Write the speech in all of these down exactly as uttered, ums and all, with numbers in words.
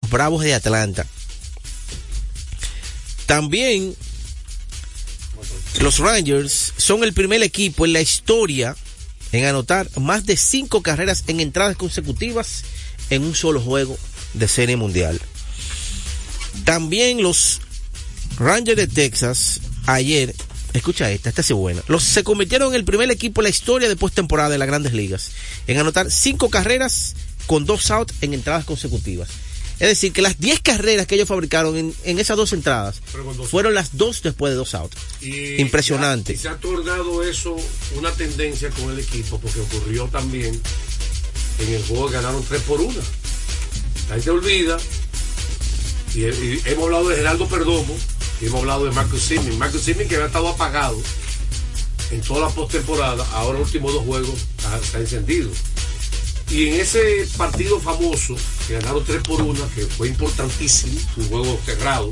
Bravos de Atlanta. También los Rangers son el primer equipo en la historia en anotar más de cinco carreras en entradas consecutivas en un solo juego de Serie Mundial. También los Rangers de Texas ayer, escucha esta, esta es buena, los se convirtieron en el primer equipo en la historia de postemporada de las Grandes Ligas en anotar cinco carreras con dos outs en entradas consecutivas. Es decir, que las diez carreras que ellos fabricaron en, en esas dos entradas dos fueron las dos después de dos outs. Y impresionante. Ya, y se ha tornado eso una tendencia con el equipo, porque ocurrió también en el juego que ganaron tres por una. Ahí se olvida. Y, y hemos hablado de Geraldo Perdomo, y hemos hablado de Marcus Semien. Marcus Semien, que había estado apagado en toda la postemporada, ahora los últimos dos juegos está, está encendido. Y en ese partido famoso, que ganaron tres por una, que fue importantísimo, un juego cerrado,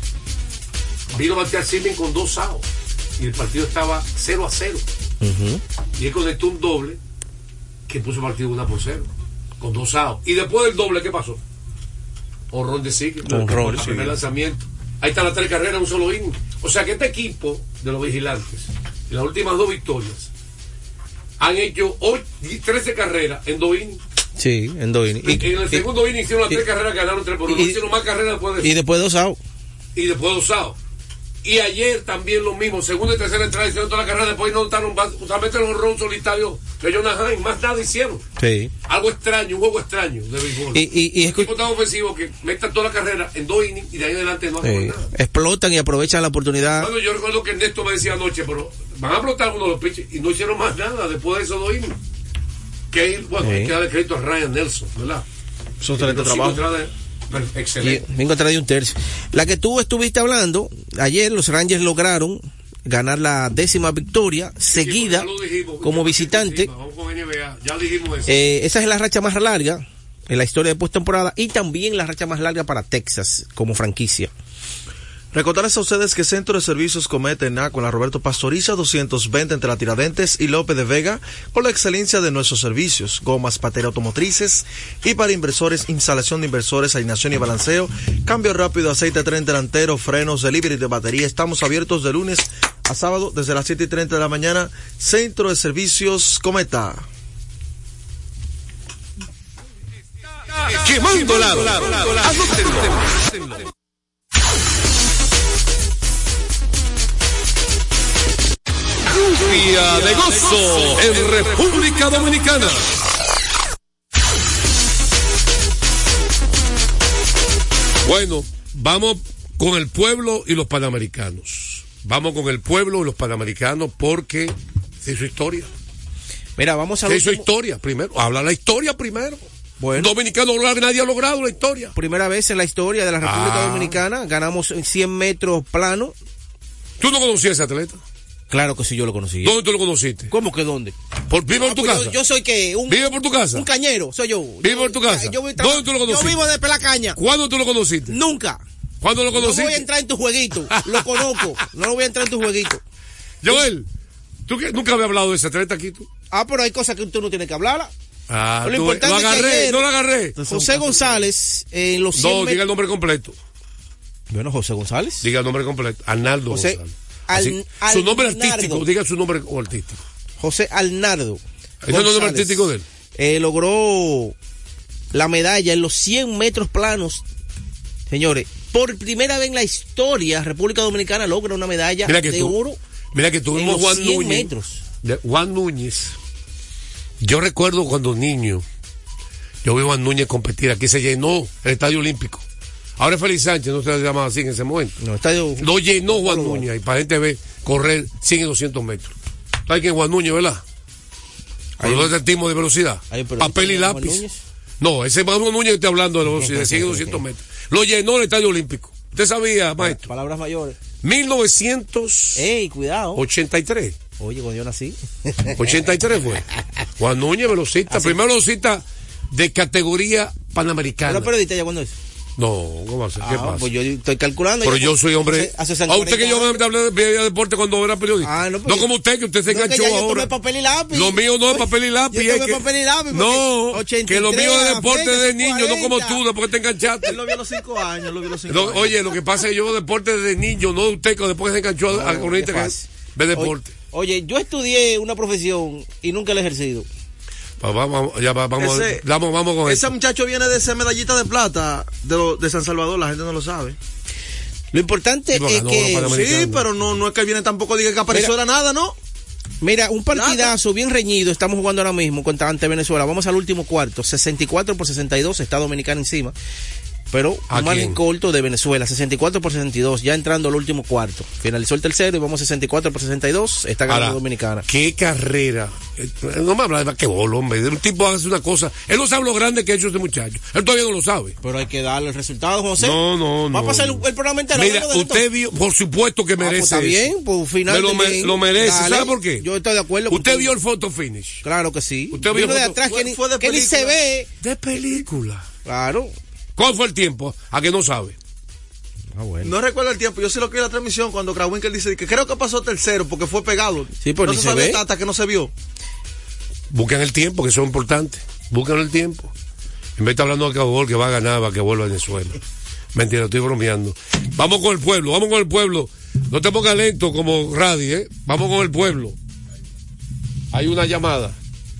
vino a batear Semien con dos outs, y el partido estaba cero a cero. Uh-huh. Y él conectó un doble que puso el partido una por cero, con dos outs. Y después del doble, ¿qué pasó? Honrón de Sigue, honrón, el sí. primer lanzamiento. Ahí están las tres carreras en un solo inning. O sea que este equipo de los Vigilantes, en las últimas dos victorias, han hecho ocho, trece carreras en dos innings. Sí, en dos innings. Y, y en el segundo inning hicieron las y, tres carreras, ganaron tres por uno. Y, hicieron más carreras después de eso. Y después dos outs. Y después dos outs. Y ayer también lo mismo, segunda y tercera entrada hicieron toda la carrera, después no notaron justamente los honrón solitarios de Jonah Heim, más nada hicieron. Sí. Algo extraño, un juego extraño de béisbol. Y, y, y un equipo tan ofensivo que metan toda la carrera en dos innings y de ahí en adelante no hacen sí. nada. Explotan y aprovechan la oportunidad. Bueno, yo recuerdo que Ernesto me decía anoche, pero van a explotar uno de los pitches y no hicieron más nada después de esos dos innings. Que bueno, sí. Hay que darle crédito a Ryan Nelson, ¿verdad? Son excelente trabajo. Excelente. Vengo atrás de un tercio. La que tú estuviste hablando, ayer los Rangers lograron ganar la décima victoria seguida sí, dijimos, como visitante. Vamos con N B A, ya dijimos eso. Eh, esa es la racha más larga en la historia de postemporada y también la racha más larga para Texas como franquicia. Recordarles a ustedes que Centro de Servicios Cometa en A con la Roberto Pastoriza doscientos veinte entre la Tiradentes y López de Vega, con la excelencia de nuestros servicios, gomas, patera automotrices y para inversores, instalación de inversores, alineación y balanceo, cambio rápido, aceite, tren delantero, frenos, delivery de batería. Estamos abiertos de lunes a sábado desde las siete y treinta de la mañana. Centro de Servicios Cometa. Quemando lado. Anótenlo. Lluvia de gozo en República Dominicana. Bueno, vamos con el pueblo y los panamericanos. Vamos con el pueblo y los panamericanos porque se hizo historia. Mira, vamos a se ver. hizo cómo... historia primero. Habla la historia primero. Bueno, dominicano, nadie ha logrado la historia. Primera vez en la historia de la República ah. Dominicana, ganamos en cien metros plano. ¿Tú no conocías a ese atleta? Claro que sí, yo lo conocí. ¿Dónde tú lo conociste? ¿Cómo que dónde? Por, ¿Vive por tu pues casa? Yo, yo soy que un... ¿Vive por tu casa? Un cañero, soy yo. ¿Vive yo, por tu casa? Yo, yo, ¿Dónde tú lo conociste? Yo vivo de Pelacaña. ¿Cuándo tú lo conociste? Nunca. ¿Cuándo lo conociste? No voy a entrar en tu jueguito, lo conozco. No voy a entrar en tu jueguito. Joel, ¿tú que nunca habías hablado de ese atleta aquí tú? Ah, pero hay cosas que tú no tienes que hablar. Ah, lo, tú, importante lo agarré, es que ayer, no lo agarré. José González, en eh, los cien No, met... diga el nombre completo. Bueno, José González. Diga el nombre completo. Arnaldo José, González. Al, Así, su nombre artístico, diga su nombre artístico. José Arnaldo. ¿Ese es el nombre artístico de él? Eh, logró la medalla en los cien metros planos. Señores, por primera vez en la historia, República Dominicana logra una medalla de tú, oro. Mira que tuvimos Juan Núñez. Metros. De Juan Núñez. Yo recuerdo cuando niño, yo vi a Juan Núñez competir. Aquí se llenó el Estadio Olímpico. Ahora es Félix Sánchez, no se llamaba así en ese momento. No, estadio... Lo llenó Juan no, Núñez y para gente ver correr cien y doscientos metros. ¿Sabes quién es Juan Núñez, verdad? Con los atletismo de velocidad. Papel y lápiz. No, ese Juan Núñez que está hablando de la velocidad de cien y doscientos metros. Lo llenó el Estadio Olímpico. ¿Usted sabía, maestro? Palabras mayores. mil novecientos ochenta y tres. Oye, cuando yo nací. ochenta y tres fue. Juan Núñez, velocista. Así. Primero velocista de categoría panamericana. ¿Pero periodista ya cuándo es? No, ¿cómo hace? ¿Qué Ah, pasa? pues yo estoy calculando. Pero yo soy hombre. Hace, hace a usted que yo me hablé de deporte cuando era periodista. Ah, no, no como usted, que usted se no, enganchó que ya ahora. Yo tomé papel y lápiz. Lo mío no es papel y lápiz. Yo es tomé que, papel y lápiz. No, ochenta y tres, que lo mío es deporte de niño, no como tú, después que te enganchaste. Él lo vio a los cinco años, lo vio a los cinco No, años. oye, lo que pasa es que yo hago deporte de niño, no de usted, que después que se enganchó No, a corriente que ve deporte. Oye, oye, yo estudié una profesión y nunca la he ejercido. Pa, vamos, ya va, vamos, Ese- vamos, vamos con Ese eso. muchacho viene de esa medallita de plata de, lo- de San Salvador, la gente no lo sabe. Lo importante Sí, porque es no, que, no, para- Sí, Americano. pero no, no es que viene tampoco diga que apareció Mira. era nada, ¿no? mira, un partidazo bien reñido estamos jugando ahora mismo contra ante Venezuela. Vamos al último cuarto, sesenta y cuatro por sesenta y dos, está Dominicana encima. Pero ¿A un margen quién? corto de Venezuela, sesenta y cuatro por sesenta y dos, ya entrando al último cuarto. Finalizó el tercero y vamos sesenta y cuatro por sesenta y dos, está ganando Ahora, Dominicana. qué carrera. Eh, No me habla de basquetbol, hombre. Un tipo hace una cosa. Él no sabe lo grande que ha hecho este muchacho. Él todavía no lo sabe. Pero hay que darle el resultado, José. No, no, no. Va a pasar no. el, el programa entero. Mira, hablando de esto. usted vio, por supuesto que Ah, pues merece. está bien, eso. pues final Me lo, de me- bien. lo merece. Dale, ¿Sabe por qué? Yo estoy de acuerdo. Usted con- vio el photo finish. Claro que sí. Usted vio Vino de foto- atrás fue- que, ni, fue de que ni se película. ve. De película. Claro. ¿Cuál fue el tiempo? A que no sabe. Ah, bueno. No recuerdo el tiempo. Yo sí lo que vi en la transmisión cuando Krawinkel dice que creo que pasó tercero porque fue pegado. Sí, pero no ni se se sabía ve. hasta que no se vio. Busquen el tiempo, que eso es importante. Busquen el tiempo. En vez de estar hablando de Cabobol, que va a ganar, va que vuelva a Venezuela. Mentira, estoy bromeando. Vamos con el pueblo, vamos con el pueblo. No te pongas lento como radio, ¿eh? Vamos con el pueblo. Hay una llamada.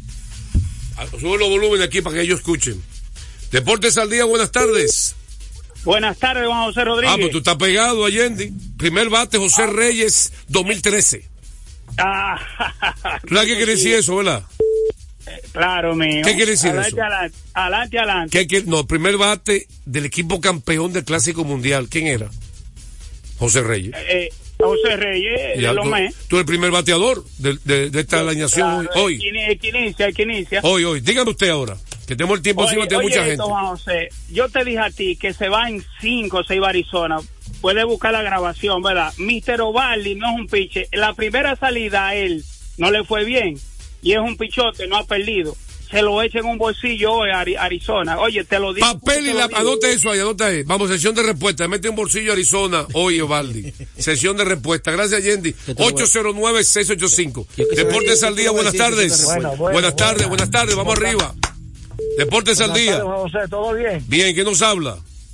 Sube los volúmenes aquí para que ellos escuchen. Deportes al día, buenas tardes. Buenas tardes, Juan José Rodríguez. Ah, pues tú estás pegado, Allende. Primer bate, José Reyes, dos mil trece. Ah, ¿Sabes qué quiere decir eso, verdad? claro, mío. ¿Qué quiere decir adelante, eso? Adelante, adelante, adelante. ¿Qué, qué? No, primer bate del equipo campeón del Clásico Mundial. ¿Quién era? José Reyes. Eh, José Reyes, Ya, de tú, Lomé. tú eres el primer bateador de, de, de esta alineación Claro, hoy. el que ini- el que inicia, el que inicia. Hoy, hoy. Dígame usted ahora, que tenemos el tiempo encima, Oye, tiene oye mucha esto, gente. Juan José, yo te dije a ti que se va en cinco o seis a Arizona. Puedes buscar la grabación, ¿verdad? mister Ovaldi no es un piche. La primera salida a él no le fue bien. Y es un pichote, no ha perdido. Se lo echa en un bolsillo hoy a Ari- Arizona. Oye, te lo digo. Papel te y lo la... digo. Anota eso ahí, anota ahí. Vamos, sesión de respuesta. Mete un bolsillo Arizona hoy, Ovaldi. Sesión de respuesta. Gracias, Yendi. ocho cero nueve, seis ocho cinco. Deportes al día, buenas tardes. Bueno, bueno, Buenas tardes, buena. buenas tardes. Vamos arriba. Deportes al día. José, ¿todo bien? Bien, ¿quién nos habla?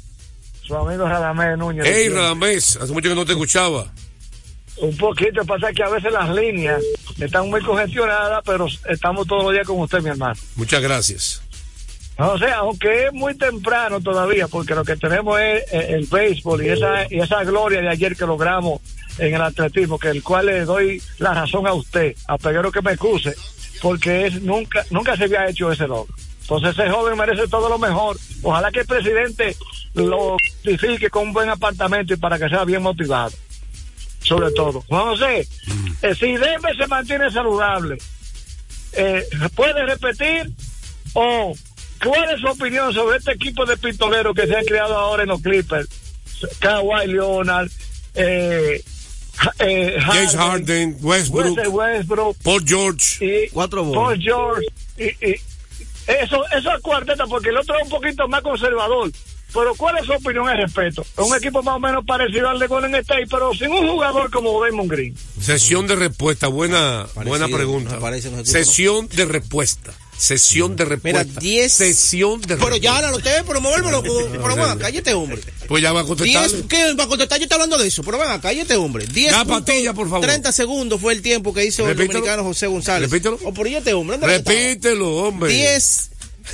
Su amigo Radamés Núñez. Hey, Radamés. Hace mucho que no te escuchaba. Un poquito, pasa que a veces las líneas están muy congestionadas, pero estamos todos los días con usted, mi hermano. Muchas gracias. O sea, aunque es muy temprano todavía, porque lo que tenemos es eh, el béisbol y esa y esa gloria de ayer que logramos en el atletismo, que el cual le doy la razón a usted, a Peguero que me excuse, porque es nunca nunca se había hecho ese logro. Entonces ese joven merece todo lo mejor. Ojalá que el presidente lo edifique con un buen apartamento y para que sea bien motivado. Sobre todo. Juan José, eh, si Denver se mantiene saludable, eh, ¿puede repetir o cuál es su opinión sobre este equipo de pistoleros que se han creado ahora en los Clippers? Kawhi Leonard, eh, eh, James Harden, Westbrook, Russell Westbrook, Paul George. y Cuatro bolas. Paul George, y, y eso, eso es cuarteta, porque el otro es un poquito más conservador. Pero ¿cuál es su opinión al respecto? Es un equipo más o menos parecido al de Golden State, pero sin un jugador como Draymond Green. Sesión de respuesta, buena, Parecido, buena pregunta. nos parecen los equipos, Sesión de respuesta. Sesión de respuesta. Mira, diez. Sesión de Pero ya, respuesta. no usted, pero muévelo. Pero bueno, cállate, hombre. Pues ya va a contestar. diez, ¿qué va a contestar? Yo estoy hablando de eso, pero ven acá, cállate, hombre. diez Da puntos, patilla, por favor. treinta segundos fue el tiempo que hizo Repítelo. el dominicano José González. Repítelo. O por este hombre, ¿dónde está? Repítelo, hombre. diez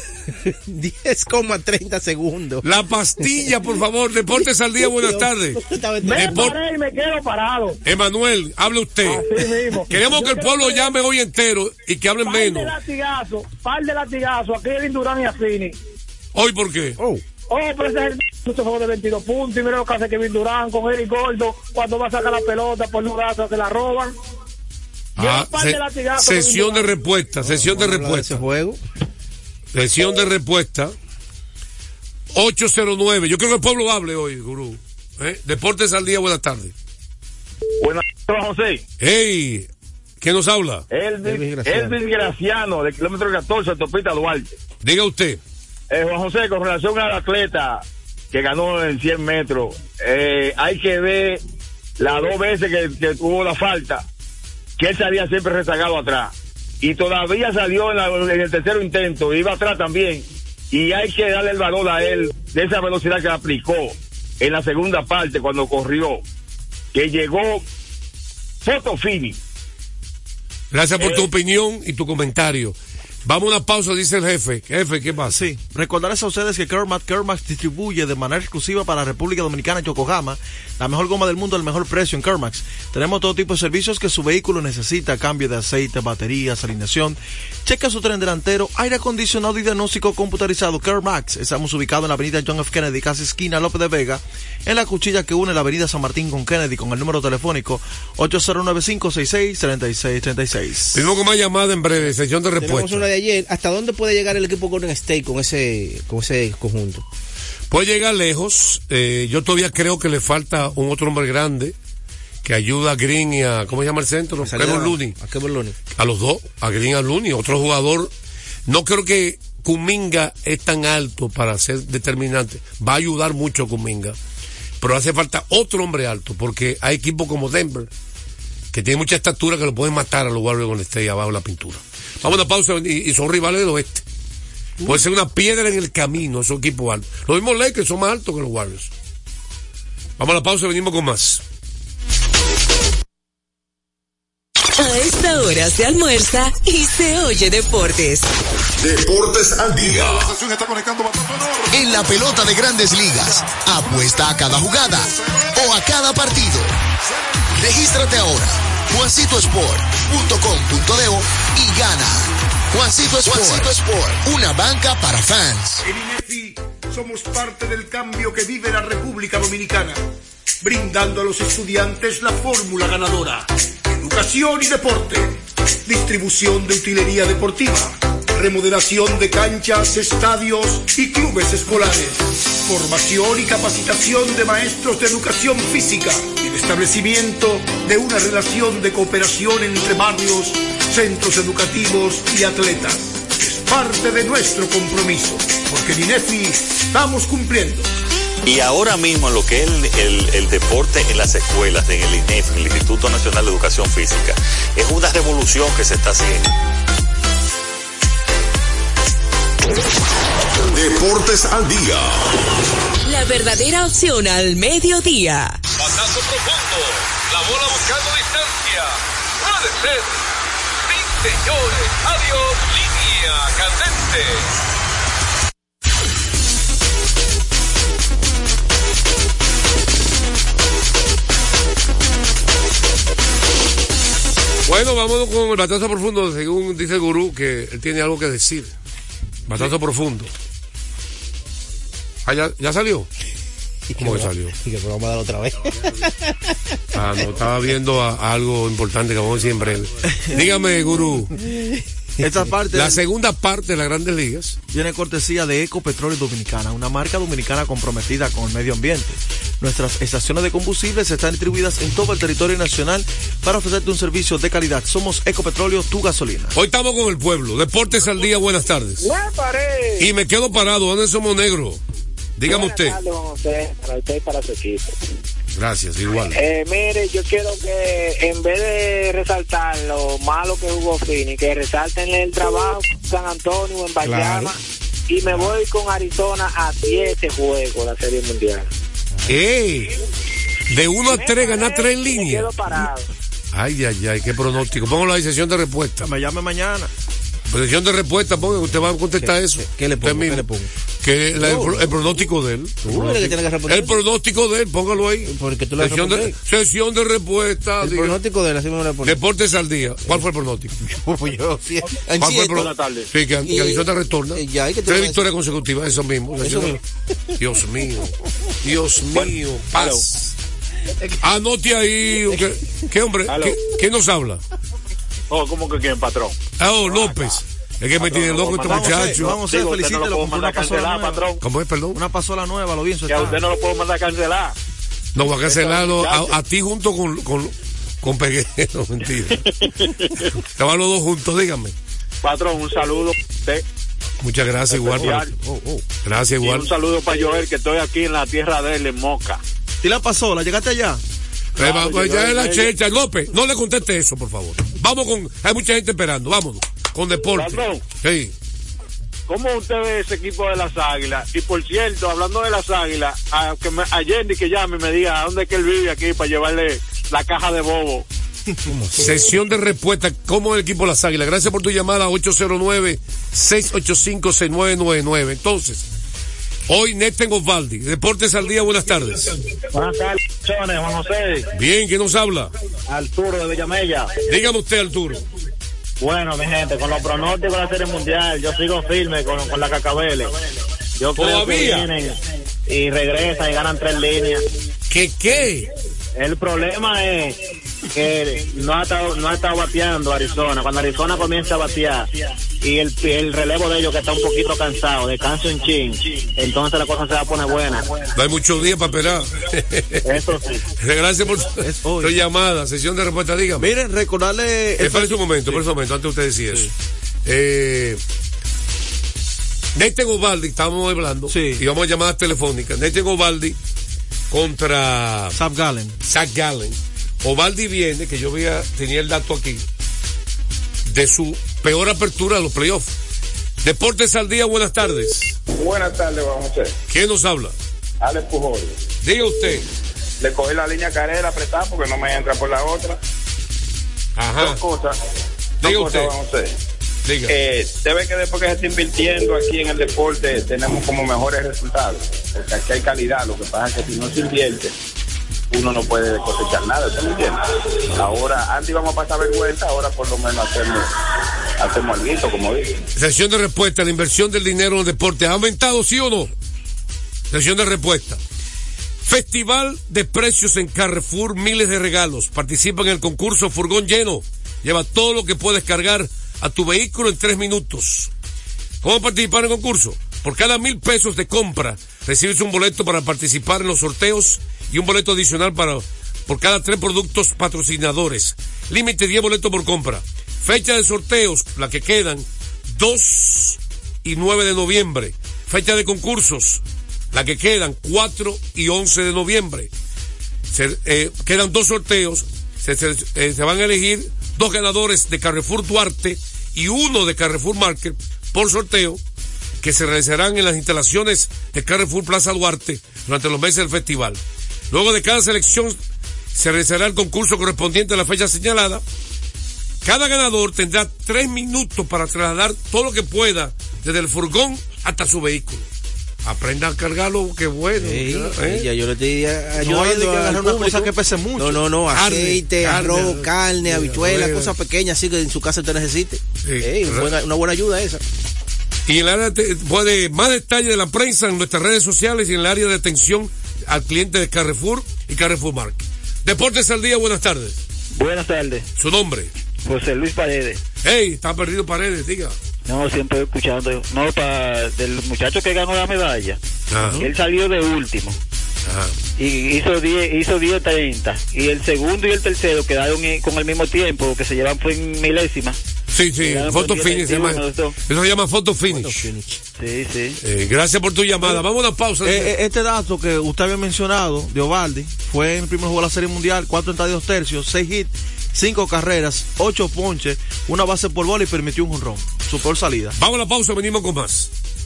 diez coma treinta segundos. La pastilla, por favor. Deportes al día, buenas tardes. Me Depor- paré y me quedo parado. Emanuel, hable usted. Así mismo. Queremos que el pueblo llame hoy entero y que hablen Par de menos. latigazo, par de latigazo, aquí Kevin Durant y a Fini. ¿Hoy por qué? Oh, Oh, pero ese es el este juego de veintidós puntos y mira lo que hace Kevin Durant con Eric Gordo cuando va a sacar la pelota por un brazo se la roban. Ah, un par se- de latigazos, sesión de Kevin Durant. respuesta, sesión de vamos a hablar de respuesta. ese juego. Sesión de respuesta. ocho cero nueve. Yo creo que el pueblo hable hoy, gurú. ¿Eh? Deportes al día, buenas tardes. Buenas tardes, José. Hey, ¿quién nos habla? Elvis Elvis, Graciano. Elvis Graciano, de kilómetro catorce, autopista Duarte. Diga usted. Eh, Juan José, con relación al atleta que ganó en cien metros, eh, hay que ver las dos veces que, que tuvo la falta, que él salía siempre rezagado atrás. Y todavía salió en, la, en el tercer intento, iba atrás también. Y hay que darle el valor a él de esa velocidad que aplicó en la segunda parte cuando corrió, que llegó photo finish. Gracias por eh, tu opinión y tu comentario. Vamos a una pausa, dice el jefe. Jefe, ¿qué pasa? Sí, recordarles a ustedes que Kermax, Kermax distribuye de manera exclusiva para la República Dominicana en Yokohama la mejor goma del mundo al mejor precio en Kermax. Tenemos todo tipo de servicios que su vehículo necesita: cambio de aceite, baterías, alineación. Checa su tren delantero, aire acondicionado y diagnóstico computarizado. Kermax. Estamos ubicados en la avenida John F. Kennedy, casi esquina López de Vega, en la cuchilla que une la avenida San Martín con Kennedy, con el número telefónico ocho cero nueve, cinco seis seis, tres seis tres seis. Tenemos con más llamada en breve, sección de Tenemos respuesta. una de ayer. ¿Hasta dónde puede llegar el equipo Golden State con ese, con ese conjunto? Puede llegar lejos. Eh, yo todavía creo que le falta un otro hombre grande que ayuda a Green y a, ¿cómo se llama el centro? Kevin Looney. A Kevin Looney. A los dos, a Green y a Looney, otro jugador. No creo que Kuminga es tan alto para ser determinante. Va a ayudar mucho a Kuminga. Pero hace falta otro hombre alto, porque hay equipos como Denver, que tiene mucha estatura, que lo pueden matar a los Warriors con State abajo de la pintura. Vamos a una pausa y, y son rivales del oeste. Puede ser una piedra en el camino esos equipos altos. Los mismos Lakers son más altos que los Warriors. Vamos a la pausa y venimos con más. A esta hora se almuerza y se oye deportes. Deportes al día. En la pelota de Grandes Ligas, apuesta a cada jugada o a cada partido. Regístrate ahora, juancito sport punto com punto de y gana. Juancito Sport, Juancito Sport, una banca para fans. En INEFI somos parte del cambio que vive la República Dominicana, brindando a los estudiantes la fórmula ganadora: educación y deporte, distribución de utilería deportiva, remodelación de canchas, estadios y clubes escolares, formación y capacitación de maestros de educación física y el establecimiento de una relación de cooperación entre barrios, centros educativos y atletas. Es parte de nuestro compromiso, porque en INEFI estamos cumpliendo. Y ahora mismo en lo que es el, el, el deporte en las escuelas, en el INEFI, el Instituto Nacional de Educación Física, es una revolución que se está haciendo. Deportes al día. La verdadera opción al mediodía. Batazo profundo. La bola buscando distancia. Puede ser. Sí, señores. Adiós. Línea candente. Bueno, vámonos con el batazo profundo, según dice el gurú, que él tiene algo que decir. Batazo profundo. Ah, ¿ya, ya salió? ¿Cómo que salió? Y que vamos a dar otra vez. Ah, no, estaba viendo a, a algo importante que vamos a decir en breve. Dígame, gurú. Esta parte La segunda parte de las Grandes Ligas viene cortesía de Ecopetróleo Dominicana, una marca dominicana comprometida con el medio ambiente. Nuestras estaciones de combustibles están distribuidas en todo el territorio nacional para ofrecerte un servicio de calidad. Somos Ecopetróleo, tu gasolina. Hoy estamos con el pueblo. Deportes al día, buenas tardes. ¡Me paré! Y me quedo parado, ¿dónde somos negro? Dígame usted. Buenas tardes, José, para usted y para su equipo. Gracias, igual. Eh, mire, yo quiero que en vez de resaltar lo malo que jugó Fini, que resalten el trabajo en San Antonio, en Bayama, Claro. y me voy con Arizona a siete juegos la Serie Mundial. ¡Ey! De uno a tres, ganar tres en Me línea. quedo parado. Ay, ay, ay, qué pronóstico. Pongo la sesión de respuesta. Me llame mañana. Sesión de respuesta, ponga, usted va a contestar ¿Qué- eso. qué- qué le pongo? Usted mismo. ¿Qué le pongo? Que la- el, No. pro- el pronóstico de él. Tú eres el que tiene que responder. El pronóstico de él, póngalo ahí. Porque tú le Sesión de, respondes. sesión de respuesta. El diga. pronóstico de la semana de la Deportes al día. ¿Cuál fue el pronóstico? Yo, sí, en ¿Cuál fue el siete. pronóstico? Sí, que, que Y- Arizona retorna. y ya, ¿y qué te Tres voy a victorias consecutivas, eso mismo. Eso Sesión de- mismo. Dios mío. Dios mío. Paz. Anote ahí. ¿Qué, qué hombre? Aló. ¿Qué, ¿Quién nos habla? Oh, ¿cómo que quién, patrón? Ah, oh, López. Es que me tiene loco este Vamos a hacer, muchacho. vamos a hacer, Digo, usted no felicítelo, lo puedo compró una mandar a pasola cancelar, nueva. patrón. ¿Cómo es, perdón? Una pasola nueva, lo bien, eso Que a está. usted no lo puedo mandar a cancelar. No, va a cancelarlo a, muchacho. a ti junto con, con, con Peguero, mentira. Estaban los dos juntos, dígame. Patrón, un saludo a usted, Muchas gracias, igual. Oh, oh. Gracias, igual. Y un saludo para Joel, que estoy aquí en la tierra de él, en Moca. ¿Y la pasó? ¿La llegaste allá? Eh, va, pues ya es la checha. López, no le conteste eso, por favor. Vamos con... Hay mucha gente esperando, vámonos. Con deporte. Sí. ¿Cómo usted ve ese equipo de las Águilas? Y por cierto, hablando de las Águilas, a, que me, a Yendi que llame y me diga a dónde es que él vive aquí para llevarle la caja de bobo. Sesión de respuesta. ¿Cómo es el equipo de las Águilas? Gracias por tu llamada. Ocho cero nueve, seis ocho cinco, seis nueve nueve nueve. Entonces, hoy Neten Osvaldi, Deportes al Día, buenas tardes. Buenas tardes, Juan José. Bien, ¿quién nos habla? Arturo de Villamella. Dígame usted, Arturo. Bueno, mi gente, con los pronósticos de la Serie Mundial, yo sigo firme con, con la Cacabele. Yo creo ¿Todavía? que vienen y regresan y ganan tres líneas. ¿Qué qué? El problema es que no ha estado, no ha estado bateando Arizona. Cuando Arizona comienza a batear y el, el relevo de ellos que está un poquito cansado, descanso en chin, entonces la cosa se va a poner buena. No hay muchos días para esperar. Eso sí. Gracias por su llamada. Sesión de respuesta, dígame. Miren, recordarle... Espera un momento, espera un momento, antes usted decía eso. Eh... Neten Osvaldi, estábamos hablando, sí. Y vamos a llamadas telefónicas. Neten Osvaldi contra Zach Gallen. Zach Gallen. Osvaldi viene, que yo veía, tenía el dato aquí, de su peor apertura de los playoffs. Deportes al Día, buenas tardes. Buenas tardes, Juan José. ¿Quién nos habla? Alex Pujol. Diga usted. Le cogí la línea carrera apretada porque no me entra por la otra. Ajá. Dos cosas. Diga Dos usted. cosas, Juan José. Diga. Eh, se ve que después que se está invirtiendo aquí en el deporte tenemos como mejores resultados, porque aquí hay calidad. Lo que pasa es que si no se invierte uno no puede cosechar nada, ¿usted me entiende? Ahora, antes íbamos a pasar vergüenza, ahora por lo menos hacemos hacemos algo, como dice. Sesión de respuesta, la inversión del dinero en el deporte ¿ha aumentado, sí o no? Sesión de respuesta. Festival de precios en Carrefour, miles de regalos. Participa en el concurso Furgón Lleno. Lleva todo lo que puedes cargar a tu vehículo en tres minutos. ¿Cómo participar en el concurso? Por cada mil pesos de compra, recibes un boleto para participar en los sorteos y un boleto adicional para por cada tres productos patrocinadores. Límite diez boletos por compra. Fecha de sorteos, la que quedan, dos y nueve de noviembre. Fecha de concursos, la que quedan, cuatro y once de noviembre. Se, eh, quedan dos sorteos, se, se, eh, se van a elegir dos ganadores de Carrefour Duarte y uno de Carrefour Market por sorteo, que se realizarán en las instalaciones de Carrefour Plaza Duarte durante los meses del festival. Luego de cada selección se realizará el concurso correspondiente a la fecha señalada. Cada ganador tendrá tres minutos para trasladar todo lo que pueda desde el furgón hasta su vehículo. Aprenda a cargarlo, qué bueno. Sí, ¿eh? Ya yo le estoy ayudando. No hay de que agarrar una cosa que pese mucho. No, no, no, aceite, carne, arroz, carne, carne, habichuelas, carne. cosas pequeñas así que en su casa usted necesite. Sí. Ey, buena, una buena ayuda esa. Y en el área de, puede más detalle de la prensa en nuestras redes sociales y en el área de atención al cliente de Carrefour y Carrefour Market. Deportes al Día, buenas tardes. Buenas tardes. Su nombre. José Luis Paredes. Hey, está perdido Paredes, diga. No, siempre escuchando. No, para del muchacho que ganó la medalla. Ajá. Él salió de último. Ajá. Y hizo diez, hizo diez treinta. Y el segundo y el tercero quedaron con el mismo tiempo, que se llevan fue en milésima. Sí, sí, photo finish. Se llama, eso se llama photo finish. Photo finish. Sí, sí. Eh, gracias por tu llamada. Vamos a una pausa. Eh, este dato que usted había mencionado de Osvaldi fue en el primer juego de la Serie Mundial, cuatro treinta y dos tercios, seis hits, cinco carreras, ocho ponches, una base por bola y permitió un jonrón. Su peor salida. Vamos a la pausa, venimos con más.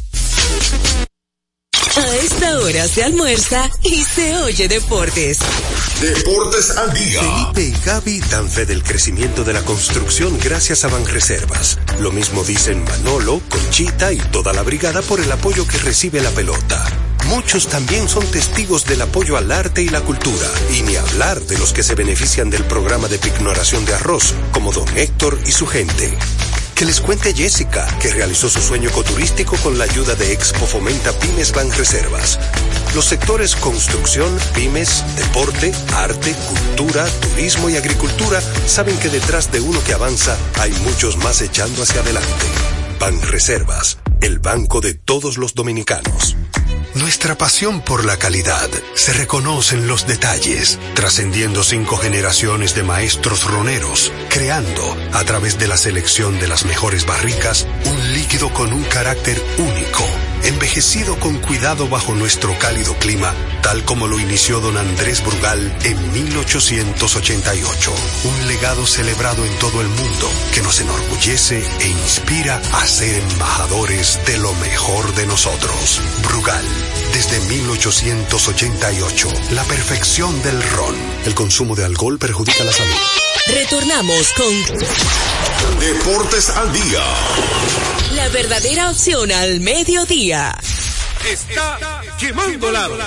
A esta hora se almuerza y se oye deportes. Deportes al Día. Felipe y Gaby dan fe del crecimiento de la construcción gracias a Banreservas. Lo mismo dicen Manolo, Conchita y toda la brigada por el apoyo que recibe la pelota. Muchos también son testigos del apoyo al arte y la cultura. Y ni hablar de los que se benefician del programa de pignoración de arroz, como don Héctor y su gente. Que les cuente Jessica, que realizó su sueño ecoturístico con la ayuda de Expo Fomenta Pymes Banreservas. Los sectores construcción, pymes, deporte, arte, cultura, turismo y agricultura saben que detrás de uno que avanza hay muchos más echando hacia adelante. Banreservas, el banco de todos los dominicanos. Nuestra pasión por la calidad se reconoce en los detalles, trascendiendo cinco generaciones de maestros roneros, creando, a través de la selección de las mejores barricas, un líquido con un carácter único, envejecido con cuidado bajo nuestro cálido clima, tal como lo inició don Andrés Brugal en mil ochocientos ochenta y ocho. Un legado celebrado en todo el mundo que nos enorgullece e inspira a ser embajadores de lo mejor de nosotros. Brugal, desde mil ochocientos ochenta y ocho, la perfección del ron. El consumo de alcohol perjudica la salud. Retornamos con Deportes al Día. La verdadera opción al mediodía. Está quemando lado.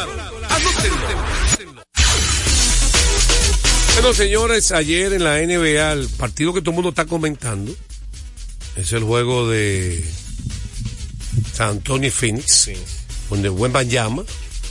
Bueno, señores, ayer en la N B A, el partido que todo el mundo está comentando es el juego de San Antonio y Phoenix, sí, donde Wembanyama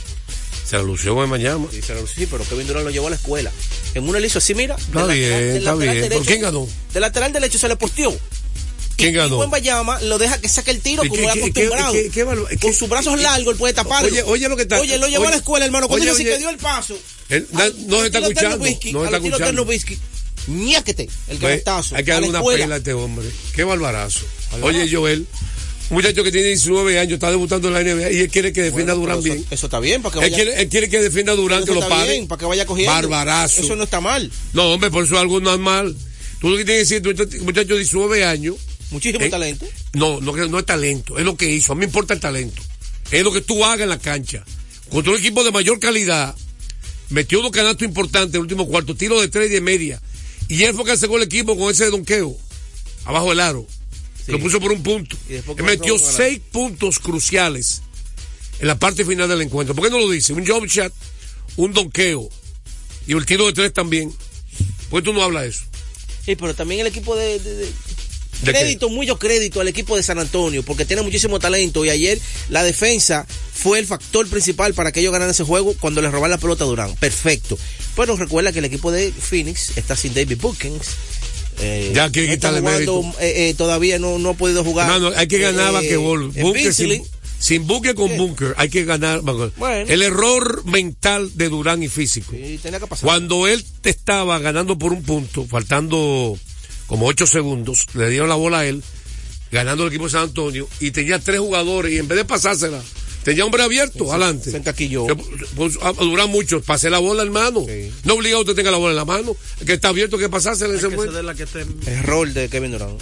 se la lució Wembanyama. Sí, se la lució, sí, pero Kevin Durant lo llevó a la escuela. En una le hizo así, mira. Está bien, lateral, está bien. Derecho, ¿Por quién ganó? De lateral derecho se le posteó. ¿Quién ganó? Y Wembanyama lo deja que saque el tiro como es acostumbrado. ¿Qué, qué, qué, qué, Con sus brazos largos él puede taparlo. Oye, oye lo que está. Oye, lo llevó oye, a la escuela, hermano. Cuando oye, dice que dio el paso. Él, al, no se está escuchando. Whisky, no se está escuchando. Ñáquete, el cabezazo. Hay que darle una pela a este hombre. Qué barbarazo. Oye, Joel, un muchacho que tiene diecinueve años, está debutando en la N B A y él quiere que defienda bueno, a Durant eso, bien. Eso está bien, para que vaya. Él quiere, él quiere que defienda a Durant, que lo pare. Bien, para que vaya cogiendo. Barbarazo. Eso no está mal. No, hombre, por eso es algo normal. Tú lo que tienes que decir, un muchacho de diecinueve años. Muchísimo eh, talento. No, no, no es talento, es lo que hizo. A mí me importa el talento. Es lo que tú hagas en la cancha. Contra un equipo de mayor calidad, metió unos canastos importantes en el último cuarto, tiro de tres y de media. Y él fue que sacó el equipo con ese donqueo, abajo del aro. Sí. Lo puso por un punto. Él metió seis puntos cruciales en la parte final del encuentro. ¿Por qué no lo dice? Un jump shot, un donqueo y el tiro de tres también. ¿Por qué tú no hablas de eso? Sí, pero también el equipo de... de, de... ¿De crédito, qué? Mucho crédito al equipo de San Antonio, porque tiene muchísimo talento y ayer la defensa fue el factor principal para que ellos ganaran ese juego cuando les robaron la pelota a Durant. Perfecto. Pero recuerda que el equipo de Phoenix está sin David Bookings. Eh, ya quiere quitarle mérito. Eh, eh, todavía no, no ha podido jugar. Hermano, hay que ganar eh, basquetbol. Bunker sin, sin Bunker con eh. Bunker, hay que ganar. Bueno. El error mental de Durant y físico. Sí, tenía que pasar. Cuando él te estaba ganando por un punto, faltando como ocho segundos, le dieron la bola a él, ganando el equipo de San Antonio, y tenía tres jugadores, y en vez de pasársela, tenía hombre abierto, sí, adelante. Se encaquilló. Pues, a durar mucho, pase la bola, hermano. Sí. No obliga a usted tenga la bola en la mano, el que está abierto que pasársela en ese momento. Error de Kevin Durant.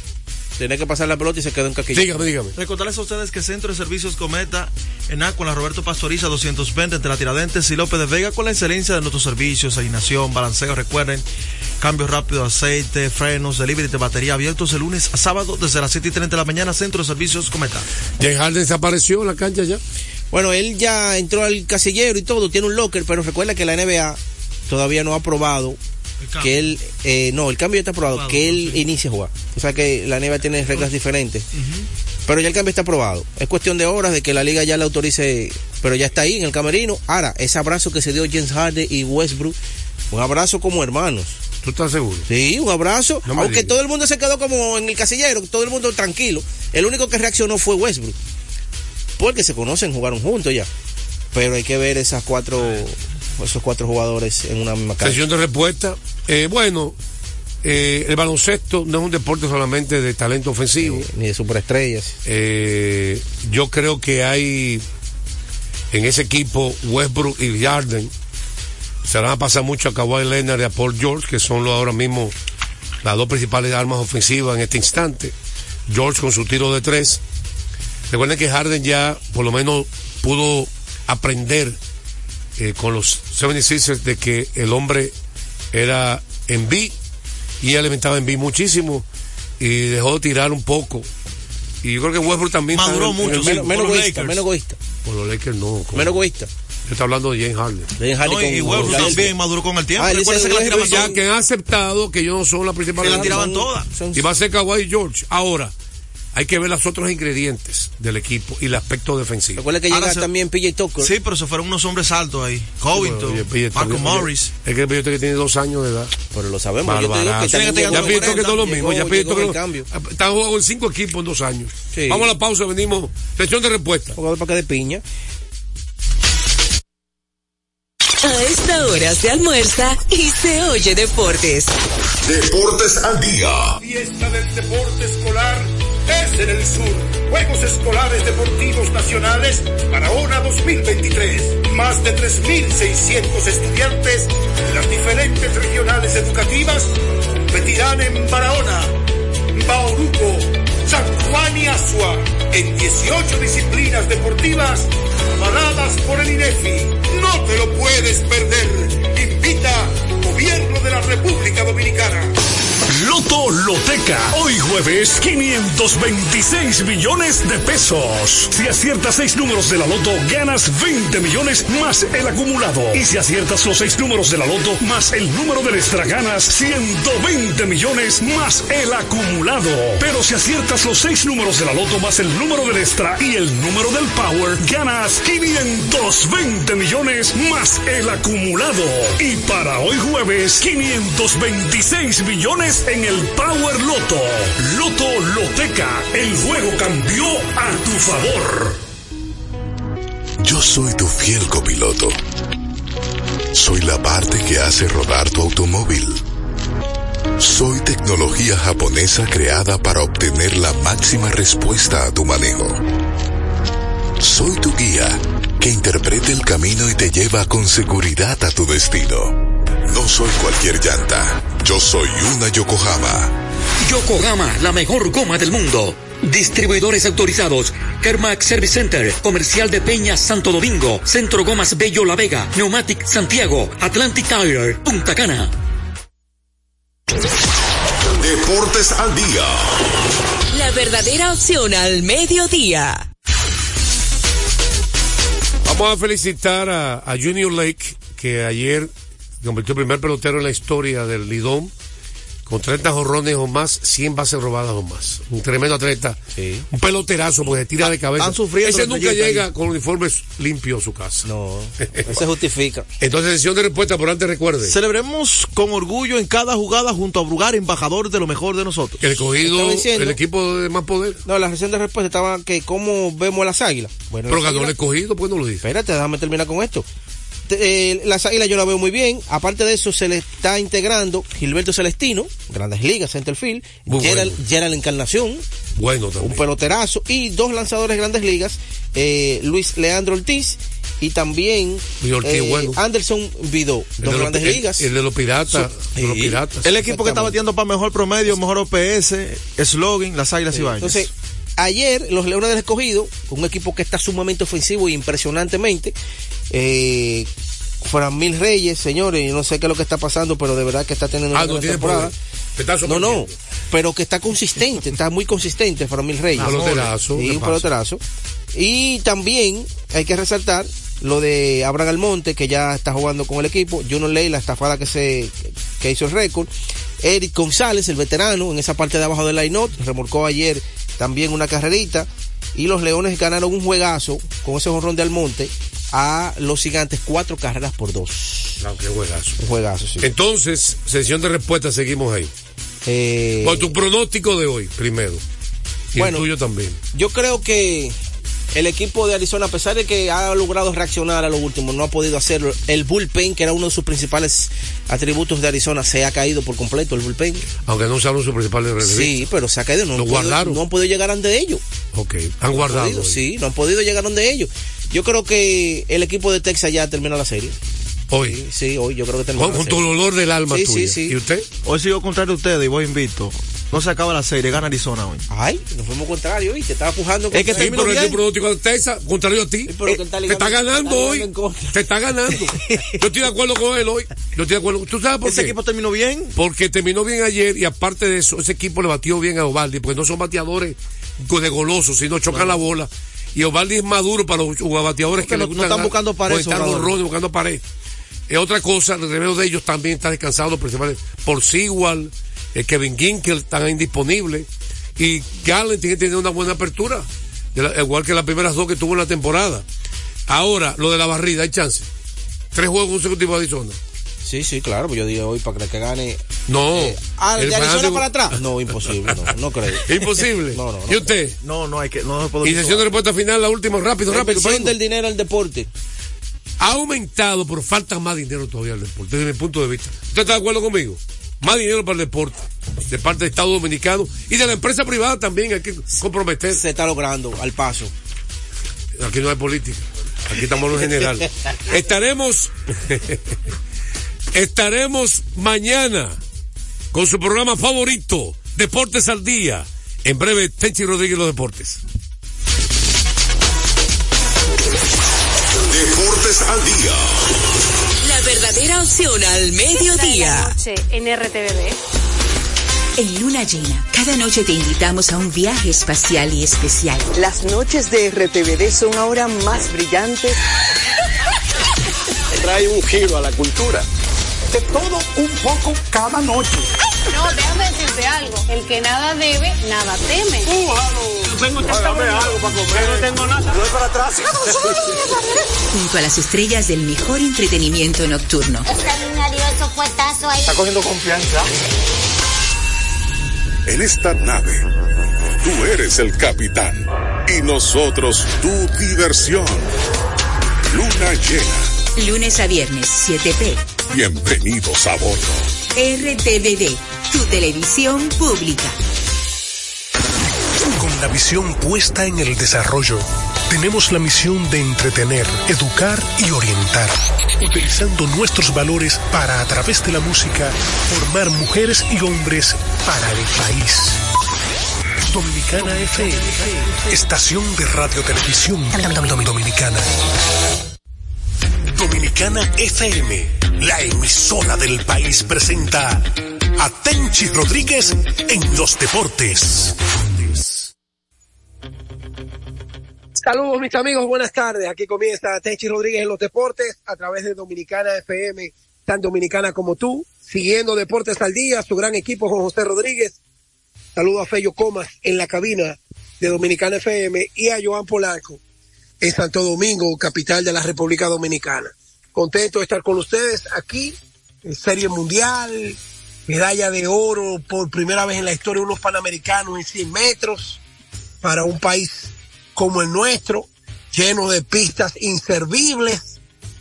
Tiene que pasar la pelota y se quedó encaquillado. Dígame, dígame. Recordarles a ustedes que Centro de Servicios Cometa en Acuan, la Roberto Pastoriza doscientos veinte entre la Tiradentes y López de Vega, con la excelencia de nuestros servicios, alineación, balanceo, recuerden, cambio rápido de aceite, frenos, delivery de batería, abiertos de lunes a sábado desde las siete y treinta de la mañana. Centro de Servicios Cometa. James Harden desapareció en la cancha ya. Bueno, él ya entró al casillero y todo, tiene un locker, pero recuerda que la N B A todavía no ha aprobado que él, eh, no, el cambio ya está aprobado, claro, que él sí. inicie a jugar. O sea que la N B A tiene reglas diferentes, uh-huh. pero ya el cambio está aprobado. Es cuestión de horas de que la liga ya le autorice, pero ya está ahí en el camerino. Ahora, ese abrazo que se dio James Harden y Westbrook, un abrazo como hermanos. ¿Tú estás seguro? Sí, un abrazo. No Aunque digas. Todo el mundo se quedó como en el casillero, todo el mundo tranquilo. El único que reaccionó fue Westbrook, porque se conocen, jugaron juntos ya. Pero hay que ver esas cuatro, esos cuatro jugadores en una misma cancha. Sesión de respuesta. Eh, bueno, eh, el baloncesto no es un deporte solamente de talento ofensivo. Sí, ni de superestrellas. Eh, yo creo que hay en ese equipo Westbrook y Harden. Se van a pasar mucho a Kawhi Leonard y a Paul George, que son los ahora mismo las dos principales armas ofensivas en este instante. George con su tiro de tres. Recuerden que Harden ya por lo menos pudo aprender eh, con los setenta y seis de que el hombre era Embiid y él alimentaba Embiid muchísimo y dejó de tirar un poco. Y yo creo que Westbrook también maduró mucho, sí, menos, menos egoísta, menos egoísta. Por los Lakers no. Como... Menos egoísta. Yo estoy hablando de James Harden. James Harden no, y Westbrook también maduró con el tiempo. Ah, Recuerda que la tiraban ya que han aceptado que ellos no son la principal. Se la tiraban todas. Y va a ser Kawhi y George. Ahora, hay que ver los otros ingredientes del equipo y el aspecto defensivo. Recuerda que llega se... también P J Tucker. Sí, pero se fueron unos hombres altos ahí. Covington, Marco Morris. Es que el P J Tucker tiene dos años de edad. Pero lo sabemos. Yo te digo que ya P J Tucker es todo lo mismo. Ya P J Tucker está jugando en cinco equipos en dos años. Sí. Vamos a la pausa, venimos. Sesión de respuesta. Jugador para que de piña. A esta hora se almuerza y se oye deportes. Deportes al día. Fiesta del deporte escolar es en el sur. Juegos Escolares Deportivos Nacionales Barahona dos mil veintitrés. Más de tres mil seiscientos estudiantes de las diferentes regionales educativas competirán en Barahona, Bauruco, San Juan y Azua en dieciocho disciplinas deportivas avaladas por el INEFI. No te lo puedes perder. Invita Gobierno de la República Dominicana. Loto Loteca, hoy jueves, quinientos veintiséis millones de pesos. Si aciertas seis números de la Loto, ganas veinte millones más el acumulado. Y si aciertas los seis números de la Loto más el número del extra, ganas ciento veinte millones más el acumulado. Pero si aciertas los seis números de la Loto más el número del extra y el número del Power, ganas quinientos veinte millones más el acumulado. Y para hoy jueves, quinientos veintiséis millones en el Power Loto. Loto Loteca, el juego cambió a tu favor. Yo soy tu fiel copiloto. Soy la parte que hace rodar tu automóvil. Soy tecnología japonesa creada para obtener la máxima respuesta a tu manejo. Soy tu guía que interpreta el camino y te lleva con seguridad a tu destino. No soy cualquier llanta, yo soy una Yokohama. Yokohama, la mejor goma del mundo. Distribuidores autorizados: Kermac Service Center, Comercial de Peña Santo Domingo, Centro Gomas Bello La Vega, Pneumatic Santiago, Atlantic Tire, Punta Cana. Deportes al día. La verdadera opción al mediodía. Vamos a felicitar a, a Junior Lake, que ayer convirtió el primer pelotero en la historia del Lidón, con treinta jonrones o más, cien bases robadas o más. Un tremendo atleta, sí. Un peloterazo, porque se tira de cabeza. Ese nunca llega ahí con uniformes limpios a su casa. No, se justifica. Entonces, sesión de respuesta, por antes recuerde. Celebremos con orgullo en cada jugada junto a Brugar, embajador de lo mejor de nosotros. El escogido, el equipo de más poder. No, la sesión de respuesta estaba que cómo vemos a las águilas. Bueno, pero ganó el escogido, pues no lo dice. Espérate, déjame terminar con esto. Eh, las águilas yo la veo muy bien. Aparte de eso, se le está integrando Gilberto Celestino, Grandes Ligas, Centerfield, Gerald, bueno. Gerald Encarnación, bueno, también. Un peloterazo, y dos lanzadores Grandes Ligas, eh, Luis Leandro Ortiz y también Ortiz, eh, bueno. Anderson Vidó, dos de Grandes el, Ligas. El de los Piratas, sí. de los Piratas. El equipo que está batiendo para mejor promedio, mejor O P S, slogan, las águilas sí. Ibañez. Entonces, ayer los Leones del Escogido, un equipo que está sumamente ofensivo y impresionantemente, eh, Framil Reyes, señores, yo no sé qué es lo que está pasando, pero de verdad que está teniendo ah, una no gran temporada. No, no, pero que está consistente, está muy consistente Framil Reyes. Un peloterazo. Sí, un peloterazo. Y también hay que resaltar lo de Abraham Almonte, que ya está jugando con el equipo, Juno Ley, la estafada que se que hizo el récord, Eric González, el veterano, en esa parte de abajo del line-up, remolcó ayer también una carrerita, y los Leones ganaron un juegazo con ese jonrón de Almonte a los Gigantes, cuatro carreras por dos. No, qué juegazo. Un juegazo, sí. Entonces, sesión de respuesta, seguimos ahí. Eh... Con tu pronóstico de hoy, primero. Y bueno, el tuyo también. Yo creo que el equipo de Arizona, a pesar de que ha logrado reaccionar a lo último, no ha podido hacerlo. El bullpen, que era uno de sus principales atributos de Arizona, se ha caído por completo, el bullpen. Aunque no usaron su principal relevista. Sí, pero se ha caído. No lo han guardaron. Podido, no han podido llegar ante ellos. Ok, han guardado. No han podido, sí, no han podido llegar ante ellos. Yo creo que el equipo de Texas ya termina la serie. Hoy. Sí, sí, hoy yo creo que termina con, la con serie. Con tu olor del alma sí, tuya. Sí, sí. ¿Y usted? Hoy sigo contrario a ustedes y voy invicto. No se acaba la serie, gana Arizona hoy. Ay, nos fuimos contrario hoy, te estaba pujando. Es que sí, pero el pronóstico de Texas, contrario a ti. Sí, eh, está te está ganando está hoy. Te está ganando. Yo estoy de acuerdo con él hoy. Yo estoy de acuerdo. ¿Tú sabes por ¿Ese qué? equipo terminó bien? Porque terminó bien ayer y aparte de eso, ese equipo le batió bien a Ovaldi, porque no son bateadores de golosos, sino chocan no. la bola. Y Ovaldi es maduro para los bateadores que no, le gustan. No están buscando pared. Están borrones, buscando pared. Es otra cosa, el revés de ellos también está descansado, principalmente por Sewell, el Kevin Ginkel están indisponibles. Y Gallen tiene que tener una buena apertura, de la, igual que las primeras dos que tuvo en la temporada. Ahora, lo de la barrida, hay chance. Tres juegos consecutivos de Arizona. Sí, sí, claro, pues yo dije hoy para que gane. No. Eh, ah, ¿de Arizona para atrás? No, imposible, no, no creo. Imposible. No, no, no. ¿Y usted? No, no hay que, no puedo. Y sesión de respuesta final, la última, rápido, la rápido. Inversión del dinero al deporte. ha aumentado, pero falta más dinero todavía al deporte, desde mi punto de vista. ¿Usted está de acuerdo conmigo? Más dinero para el deporte, de parte del Estado Dominicano y de la empresa privada también hay que comprometer. Se está logrando al paso. Aquí no hay política, aquí estamos en general. Estaremos, estaremos mañana con su programa favorito, Deportes al Día. En breve, Tenchi Rodríguez, los deportes. Deportes al Día. La verdadera opción al mediodía. Noche en R T V D. En Luna Llena, cada noche te invitamos a un viaje espacial y especial. Las noches de R T V D son ahora más brillantes. Trae un giro a la cultura. De todo un poco cada noche. No, déjame decirte algo. El que nada debe, nada teme. Uh, tengo Págame algo para comer. No tengo nada. No es para atrás. Junto a las estrellas del mejor entretenimiento nocturno. Extraordinario fuetazo ahí. Está cogiendo confianza. En esta nave, tú eres el capitán y nosotros tu diversión. Luna Llena. Lunes a viernes, siete p. Bienvenidos a bordo. R T V D, tu televisión pública. Con la visión puesta en el desarrollo, tenemos la misión de entretener, educar y orientar, utilizando nuestros valores para, a través de la música, formar mujeres y hombres para el país. Dominicana F M, estación de radio televisión dominicana. Dominicana F M, la emisora del país, presenta a Tenchi Rodríguez en los deportes. Saludos mis amigos, buenas tardes. Aquí comienza Tenchi Rodríguez en los deportes a través de Dominicana F M, tan dominicana como tú, siguiendo Deportes al Día, su gran equipo Juan José Rodríguez. Saludo a Fello Comas en la cabina de Dominicana F M y a Joan Polanco en Santo Domingo, capital de la República Dominicana. Contento de estar con ustedes aquí en Serie Mundial, medalla de oro por primera vez en la historia de unos Panamericanos en cien metros para un país como el nuestro, lleno de pistas inservibles,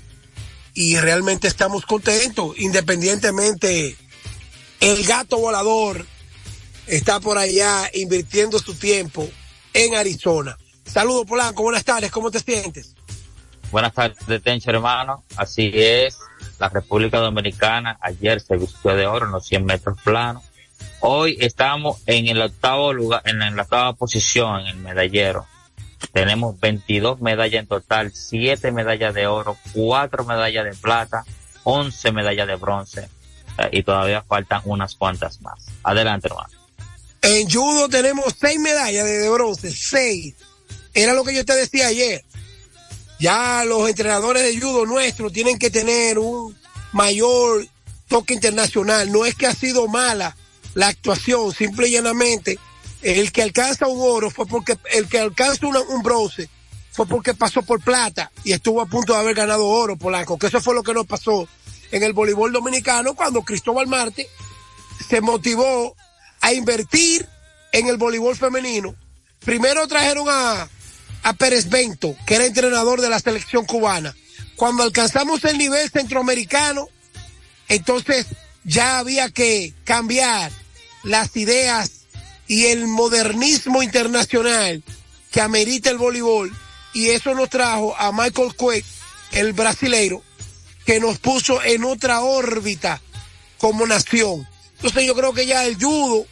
y realmente estamos contentos, independientemente el gato volador está por allá invirtiendo su tiempo en Arizona. Saludos Polanco, buenas tardes, ¿cómo te sientes? Buenas tardes, Tencho, hermano. Así es, la República Dominicana ayer se vistió de oro en los cien metros planos. Hoy estamos en el octavo lugar, en la octava posición en el medallero. Tenemos veintidós medallas en total, siete medallas de oro, cuatro medallas de plata, once medallas de bronce, eh, y todavía faltan unas cuantas más. Adelante, hermano. En judo tenemos seis medallas de, de bronce, seis. Era lo que yo te decía ayer. Ya los entrenadores de judo nuestros tienen que tener un mayor toque internacional. No es que ha sido mala la actuación, simple y llanamente el que alcanza un oro fue porque, el que alcanza una, un bronce fue porque pasó por plata y estuvo a punto de haber ganado oro, Polanco, que eso fue lo que nos pasó en el voleibol dominicano cuando Cristóbal Marte se motivó a invertir en el voleibol femenino. Primero trajeron a, a Pérez Bento, que era entrenador de la selección cubana. Cuando alcanzamos el nivel centroamericano, entonces ya había que cambiar las ideas y el modernismo internacional que amerita el voleibol, y eso nos trajo a Michael Quake, el brasileiro, que nos puso en otra órbita como nación. Entonces yo creo que ya el judo,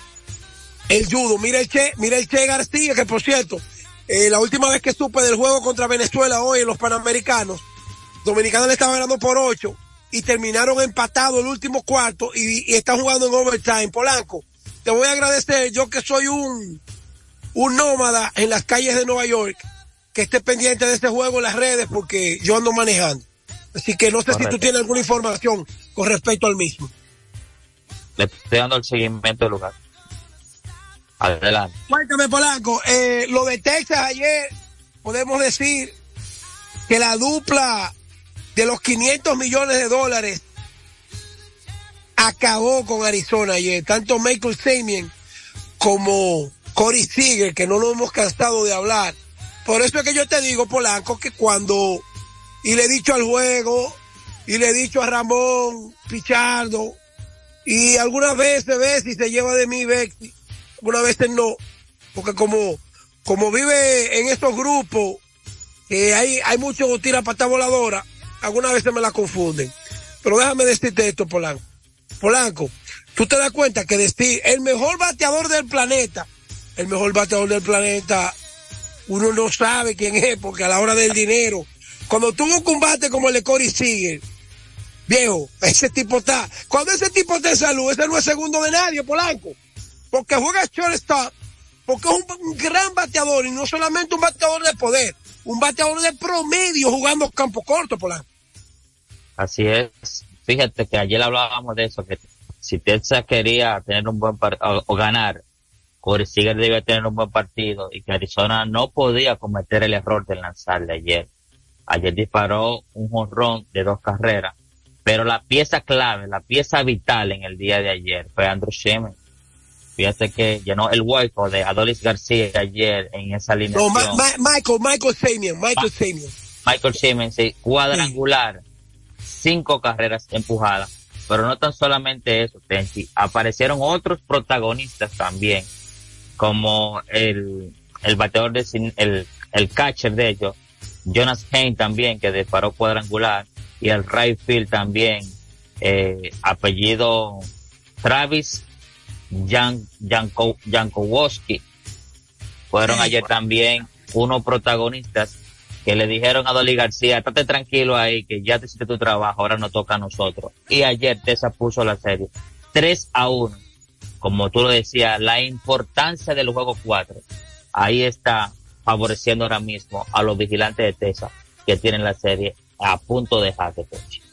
el judo, mira el Che, mira el Che García, que por cierto, eh, la última vez que supe del juego contra Venezuela hoy en los Panamericanos, Dominicana le estaba ganando por ocho y terminaron empatados el último cuarto y, y están jugando en overtime. Polanco, te voy a agradecer, yo que soy un, un nómada en las calles de Nueva York, que esté pendiente de este juego en las redes porque yo ando manejando. Así que no sé Correcto. Si tú tienes alguna información con respecto al mismo. Le estoy dando el seguimiento del lugar. Adelante. Cuéntame, Polanco, eh, lo de Texas ayer, podemos decir que la dupla de los quinientos millones de dólares acabó con Arizona ayer, tanto Michael Semien como Corey Seager, que no nos hemos cansado de hablar. Por eso es que yo te digo, Polanco, que cuando y le he dicho al juego, y le he dicho a Ramón Pichardo, y algunas veces ve si se lleva de mí Bexi, algunas veces no, porque como, como vive en estos grupos, que hay, hay muchos tira pata voladora, algunas veces me la confunden. Pero déjame decirte esto, Polanco. Polanco, tú te das cuenta que decir el mejor bateador del planeta, el mejor bateador del planeta, uno no sabe quién es, porque a la hora del dinero, cuando tuvo un combate como el de Corey Seager, viejo, ese tipo está, cuando ese tipo está en salud, ese no es segundo de nadie, Polanco, porque juega shortstop, porque es un, un gran bateador, y no solamente un bateador de poder, un bateador de promedio jugando campo corto, Polanco. Así es. Fíjate que ayer hablábamos de eso, que si Texas quería tener un buen partido o ganar, Corey Seager debía tener un buen partido, y que Arizona no podía cometer el error de lanzarle ayer. Ayer disparó un jonrón de dos carreras, pero la pieza clave, la pieza vital en el día de ayer fue Andrew Shemin. Fíjate que llenó el hueco de Adolis García ayer en esa alineación. No, Ma- Ma- Michael, Michael Semien, Michael Ma- Semien. Michael Shemin, sí, cuadrangular, cinco carreras empujadas. Pero no tan solamente eso, Tenchi, aparecieron otros protagonistas también, como el, el bateador de, el, el catcher de ellos, Jonas Haynes también, que disparó cuadrangular, y el right field también, eh, apellido Travis Jan, Janko, Jankowski. Fueron sí, ayer bueno. también unos protagonistas que le dijeron a Dolly García, estate tranquilo ahí, que ya te hiciste tu trabajo, ahora nos toca a nosotros. Y ayer Texas puso la serie tres a uno. Como tú lo decías, la importancia del juego cuatro, ahí está favoreciendo ahora mismo a los vigilantes de Texas, que tienen la serie a punto de jaque.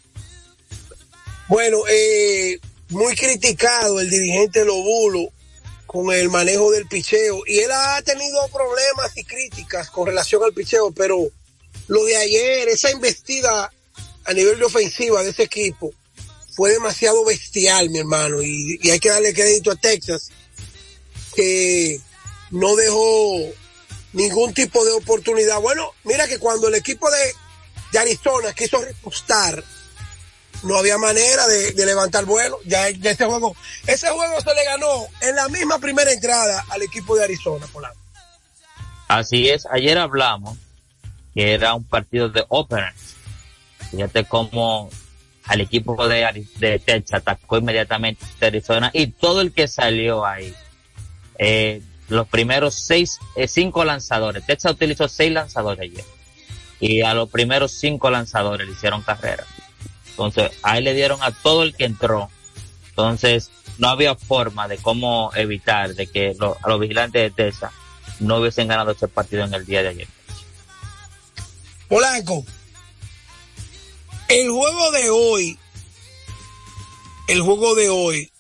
Bueno, eh, muy criticado el dirigente Lobulo con el manejo del picheo, y él ha tenido problemas y críticas con relación al picheo, pero lo de ayer, esa embestida a nivel de ofensiva de ese equipo, fue demasiado bestial, mi hermano, y, y hay que darle crédito a Texas, que no dejó ningún tipo de oportunidad. Bueno, mira que cuando el equipo de, de Arizona quiso repostar, no había manera de, de levantar vuelo. Ya, ya ese juego, ese juego se le ganó en la misma primera entrada al equipo de Arizona, Polanco. Así es, ayer hablamos que era un partido de openers. Fíjate cómo al equipo de, de Texas atacó inmediatamente a Arizona, y todo el que salió ahí, eh, los primeros seis, eh, cinco lanzadores, Texas utilizó seis lanzadores ayer, y a los primeros cinco lanzadores le hicieron carrera. Entonces, ahí le dieron a todo el que entró. Entonces, no había forma de cómo evitar de que lo, a los vigilantes de Texas no hubiesen ganado ese partido en el día de ayer. Polanco, el juego de hoy, el juego de hoy,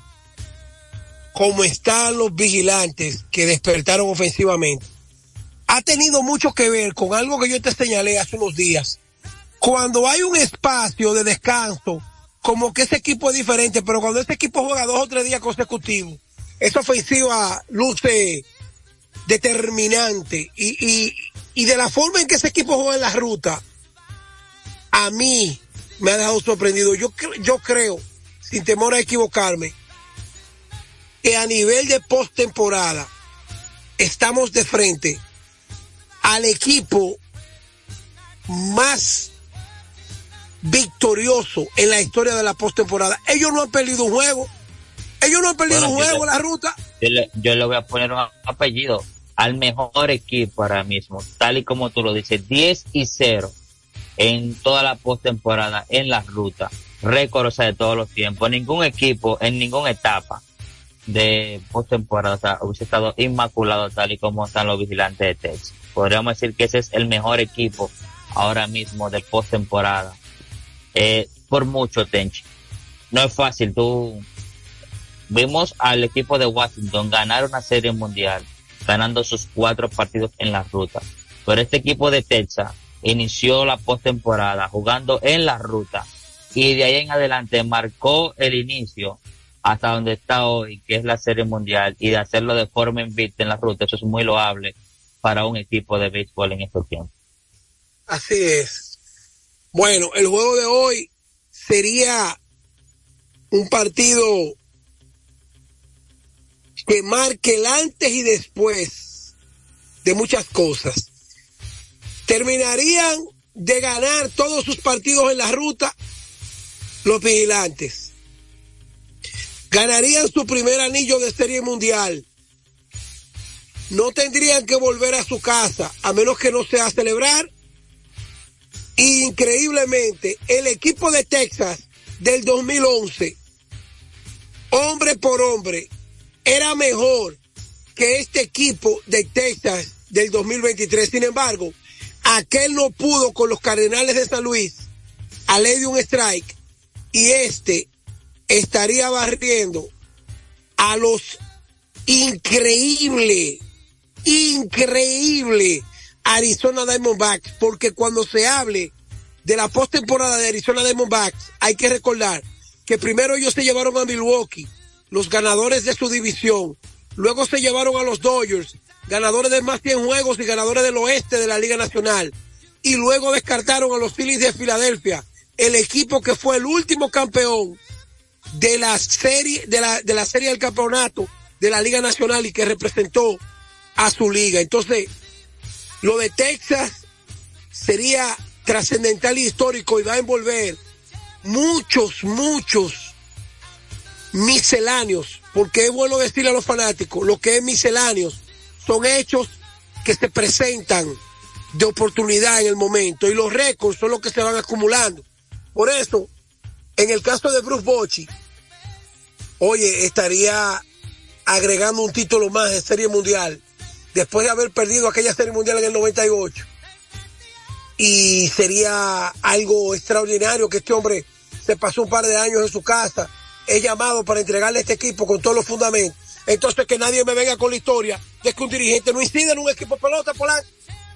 como están los vigilantes que despertaron ofensivamente, ha tenido mucho que ver con algo que yo te señalé hace unos días. Cuando hay un espacio de descanso, como que ese equipo es diferente, pero cuando ese equipo juega dos o tres días consecutivos, esa ofensiva luce determinante, y, y, y de la forma en que ese equipo juega en la ruta, a mí me ha dejado sorprendido. Yo, yo creo, sin temor a equivocarme, que a nivel de postemporada estamos de frente al equipo más victorioso en la historia de la postemporada. Ellos no han perdido un juego. Ellos no han perdido bueno, un juego en la ruta. Yo le, yo le voy a poner un apellido al mejor equipo ahora mismo, tal y como tú lo dices, diez y cero en toda la postemporada en la ruta. Récord, o sea, de todos los tiempos. Ningún equipo en ninguna etapa de postemporada, o sea, hubiese estado inmaculado tal y como están los vigilantes de Texas. Podríamos decir que ese es el mejor equipo ahora mismo de postemporada. Eh, por mucho, Tenchi. No es fácil. Tú vimos al equipo de Washington ganar una serie mundial, ganando sus cuatro partidos en la ruta. Pero este equipo de Texas inició la postemporada jugando en la ruta, y de ahí en adelante marcó el inicio hasta donde está hoy, que es la serie mundial, y de hacerlo de forma invicta en la ruta. Eso es muy loable para un equipo de béisbol en estos tiempos. Así es. Bueno, el juego de hoy sería un partido que marque el antes y después de muchas cosas. Terminarían de ganar todos sus partidos en la ruta los vigilantes. Ganarían su primer anillo de Serie Mundial. No tendrían que volver a su casa, a menos que no sea a celebrar. Increíblemente, el equipo de Texas del dos mil once, hombre por hombre, era mejor que este equipo de Texas del dos mil veintitrés. Sin embargo, aquel no pudo con los Cardenales de San Luis a ley de un strike, y este estaría barriendo a los increíble, increíble Arizona Diamondbacks, porque cuando se hable de la postemporada de Arizona Diamondbacks, hay que recordar que primero ellos se llevaron a Milwaukee, los ganadores de su división, luego se llevaron a los Dodgers, ganadores de más cien juegos y ganadores del oeste de la Liga Nacional, y luego descartaron a los Phillies de Filadelfia, el equipo que fue el último campeón de la serie, de la, de la serie del campeonato de la Liga Nacional y que representó a su liga. Entonces, lo de Texas sería trascendental y histórico y va a envolver muchos, muchos misceláneos, porque es bueno decirle a los fanáticos, lo que es misceláneos son hechos que se presentan de oportunidad en el momento, y los récords son los que se van acumulando. Por eso, en el caso de Bruce Bochy, oye, estaría agregando un título más de Serie Mundial, después de haber perdido aquella Serie Mundial en el noventa y ocho. Y sería algo extraordinario que este hombre se pasó un par de años en su casa, es llamado para entregarle este equipo con todos los fundamentos. Entonces que nadie me venga con la historia de que un dirigente no incide en un equipo de pelota, Polanco.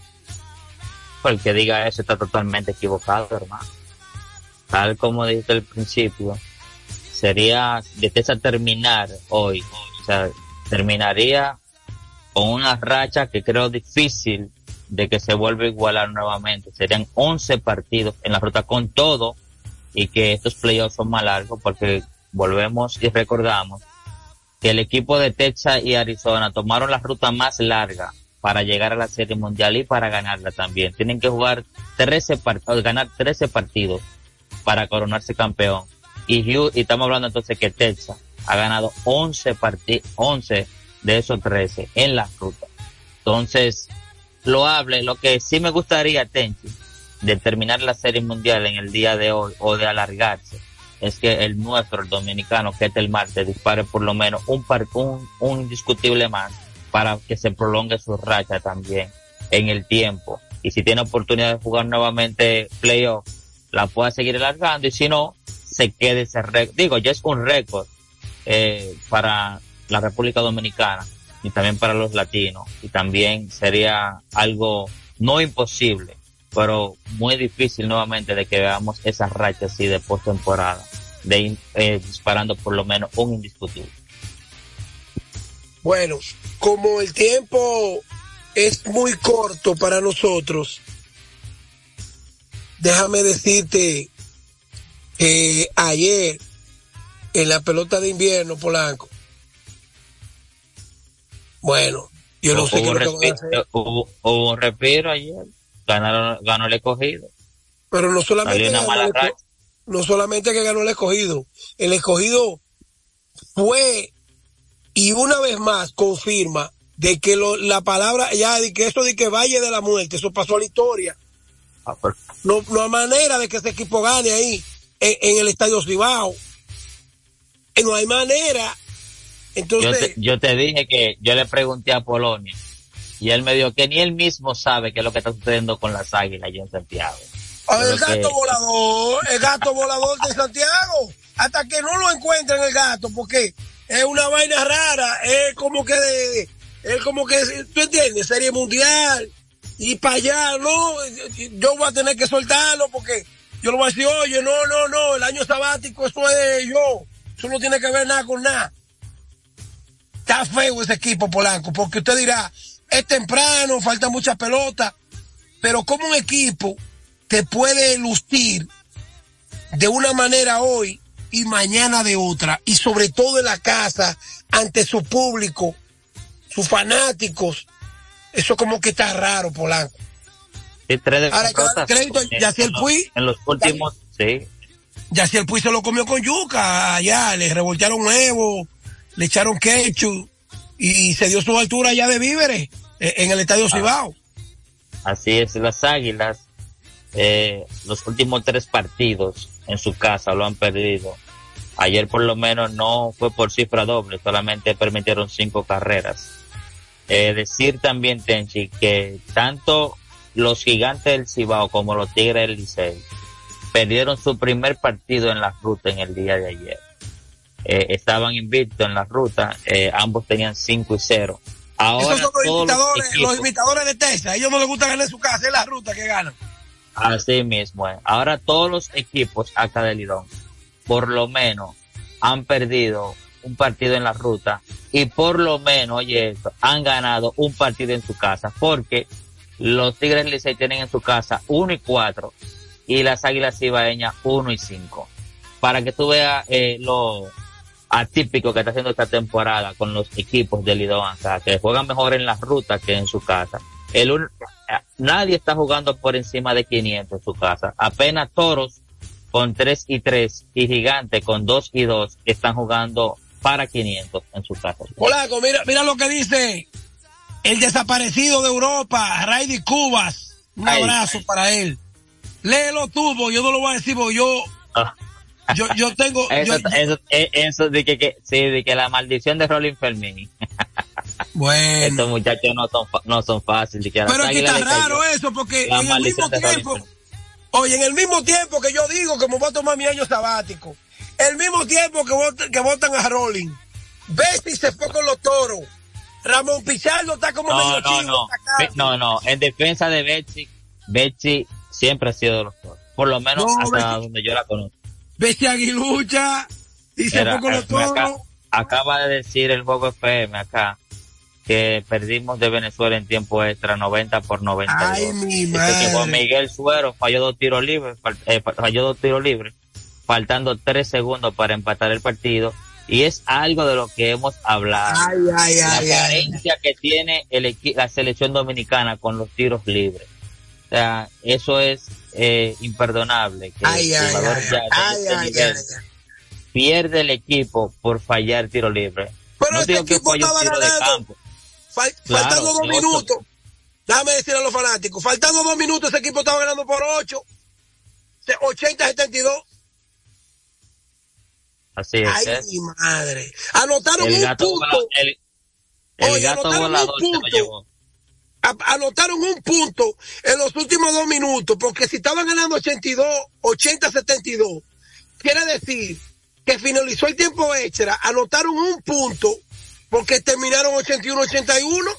El que diga eso está totalmente equivocado, hermano. Tal como dijiste al principio, sería de Texas terminar hoy, o sea, terminaría con una racha que creo difícil de que se vuelva a igualar nuevamente. Serían once partidos en la ruta con todo, y que estos playoffs son más largos, porque volvemos y recordamos que el equipo de Texas y Arizona tomaron la ruta más larga para llegar a la Serie Mundial y para ganarla también. Tienen que jugar trece partidos, ganar trece partidos para coronarse campeón. Y, Hugh, y estamos hablando entonces que Texas ha ganado once partidos, once de esos trece en la ruta. Entonces, lo hable, lo que sí me gustaría, Tenchi, de terminar la Serie Mundial en el día de hoy o de alargarse, es que el nuestro, el dominicano, que es el martes, dispare por lo menos un, par, un, un indiscutible más para que se prolongue su racha también en el tiempo. Y si tiene oportunidad de jugar nuevamente playoff, la pueda seguir alargando, y si no, se quede ese récord. Digo, ya es un récord eh, para la República Dominicana y también para los latinos, y también sería algo no imposible, pero muy difícil nuevamente de que veamos esas rachas así de postemporada, de eh, disparando por lo menos un indiscutible. Bueno, como el tiempo es muy corto para nosotros, déjame decirte que ayer en la pelota de invierno, Polanco, bueno, yo no sé qué es lo que van a hacer. Hubo, hubo un respiro ayer, ganaron, ganó el Escogido. Pero no solamente, ganó el, no solamente que ganó el Escogido, el Escogido fue y una vez más confirma de que lo, la palabra, ya de que eso de que Valle de la Muerte, eso pasó a la historia. Ah, pero... No, no hay manera de que ese equipo gane ahí, en, en el Estadio Cibao. Eh, no hay manera. Entonces, yo te, yo te dije que yo le pregunté a Polonia y él me dijo que ni él mismo sabe qué es lo que está sucediendo con las Águilas allá en Santiago. Ah, el gato que... volador, el gato volador de Santiago, hasta que no lo encuentren el gato, porque es una vaina rara, es como que de, es como que, ¿tú entiendes? Serie Mundial, y para allá, no, yo voy a tener que soltarlo porque yo lo voy a decir, oye, no, no, no, el año sabático, eso es yo, eso no tiene que ver nada con nada. Está feo ese equipo, Polanco, porque usted dirá, es temprano, falta mucha pelota, pero como un equipo te puede lucir de una manera hoy y mañana de otra, y sobre todo en la casa, ante su público, sus fanáticos. Eso como que está raro, Polanco. Sí, tres Ahora, derrotas crédito, en, Yaciel en los- Puig, en los últimos, sí. Yaciel Puig se lo comió con yuca allá, le revoltearon huevos, le echaron ketchup y se dio su altura allá de víveres eh, en el Estadio Cibao. Así es, las Águilas, eh, los últimos tres partidos en su casa lo han perdido. Ayer por lo menos no fue por cifra doble, solamente permitieron cinco carreras. Eh, decir también, Tenchi, que tanto los Gigantes del Cibao como los Tigres del Licey perdieron su primer partido en la ruta en el día de ayer. Eh, estaban invictos en la ruta, eh, ambos tenían cinco y cero. Ahora Esos son los todos imitadores, los equipos, los imitadores de Texas. A ellos no les gusta ganar en su casa, es la ruta que ganan. así mismo es. Ahora todos los equipos acá de Lidón, por lo menos, han perdido un partido en la ruta y por lo menos, oye esto, han ganado un partido en su casa, porque los Tigres del Licey tienen en su casa uno y cuatro y las Águilas Cibaeñas uno y cinco. Para que tú veas eh, lo atípico que está haciendo esta temporada con los equipos de Lidón acá, que juegan mejor en las rutas que en su casa. El un, nadie está jugando por encima de quinientos en su casa. Apenas Toros con tres y tres y Gigante con dos y dos están jugando para quinientos en su casa. Polaco, mira, mira lo que dice el desaparecido de Europa, Raidy Cubas. Un Ay, abrazo ay. para él. Léelo tú, bo, yo no lo voy a decir, bo, yo, Ah. yo, yo tengo, Eso, yo- eso, eh, eso de que, que, sí, de que la maldición de Rolling Fermín. bueno. Estos muchachos no son, fa- no son fáciles. de que a las Pero es que Águilas está le cayó raro eso, porque la en el mismo maldición de Rolling tiempo, Fermín. oye, en el mismo tiempo que yo digo que me voy a tomar mi año sabático, el mismo tiempo que votan, que votan a Rolling, Bessi se fue con los Toros, Ramón Pichardo está como No, medio no, chivo, no. está casi. Be- No, no. En defensa de Betsy, Betsy siempre ha sido de los Toros. Por lo menos No, hasta Betsy- donde yo la conozco. Bessi Aguilucha, y se Mira, fue con los eh, me acá- Toros. acaba de decir el Juego F M acá que perdimos de Venezuela en tiempo extra noventa por noventa y dos. Ay, mi Dice que madre. Juan Miguel Suero falló dos tiros libres, fal- eh, fa- falló dos tiros libres, faltando tres segundos para empatar el partido. Y es algo de lo que hemos hablado. Ay, ay, la ay, ay. carencia que tiene el equi- la selección dominicana con los tiros libres. O sea, eso es eh, imperdonable. Que Ay, el ay, jugador ay, ya de ay, este ay, nivel ay, ay. pierde el equipo por fallar tiro libre. Pero No este digo que equipo falló estaba un tiro de ganando. campo. Fal- Claro, faltando dos de ocho. minutos. Déjame decir a los fanáticos, faltando dos minutos ese equipo estaba ganando por ocho. ochenta a setenta y dos. Así es. Ay, ¿eh? mi madre. Anotaron El un gato, punto. vola- el, el Oye, gato anotaron un volador se lo punto. llevó. A- anotaron un punto en los últimos dos minutos, porque si estaban ganando ochenta y dos, ochenta a setenta y dos, quiere decir que finalizó el tiempo extra, anotaron un punto, porque terminaron ochenta y uno a ochenta y uno.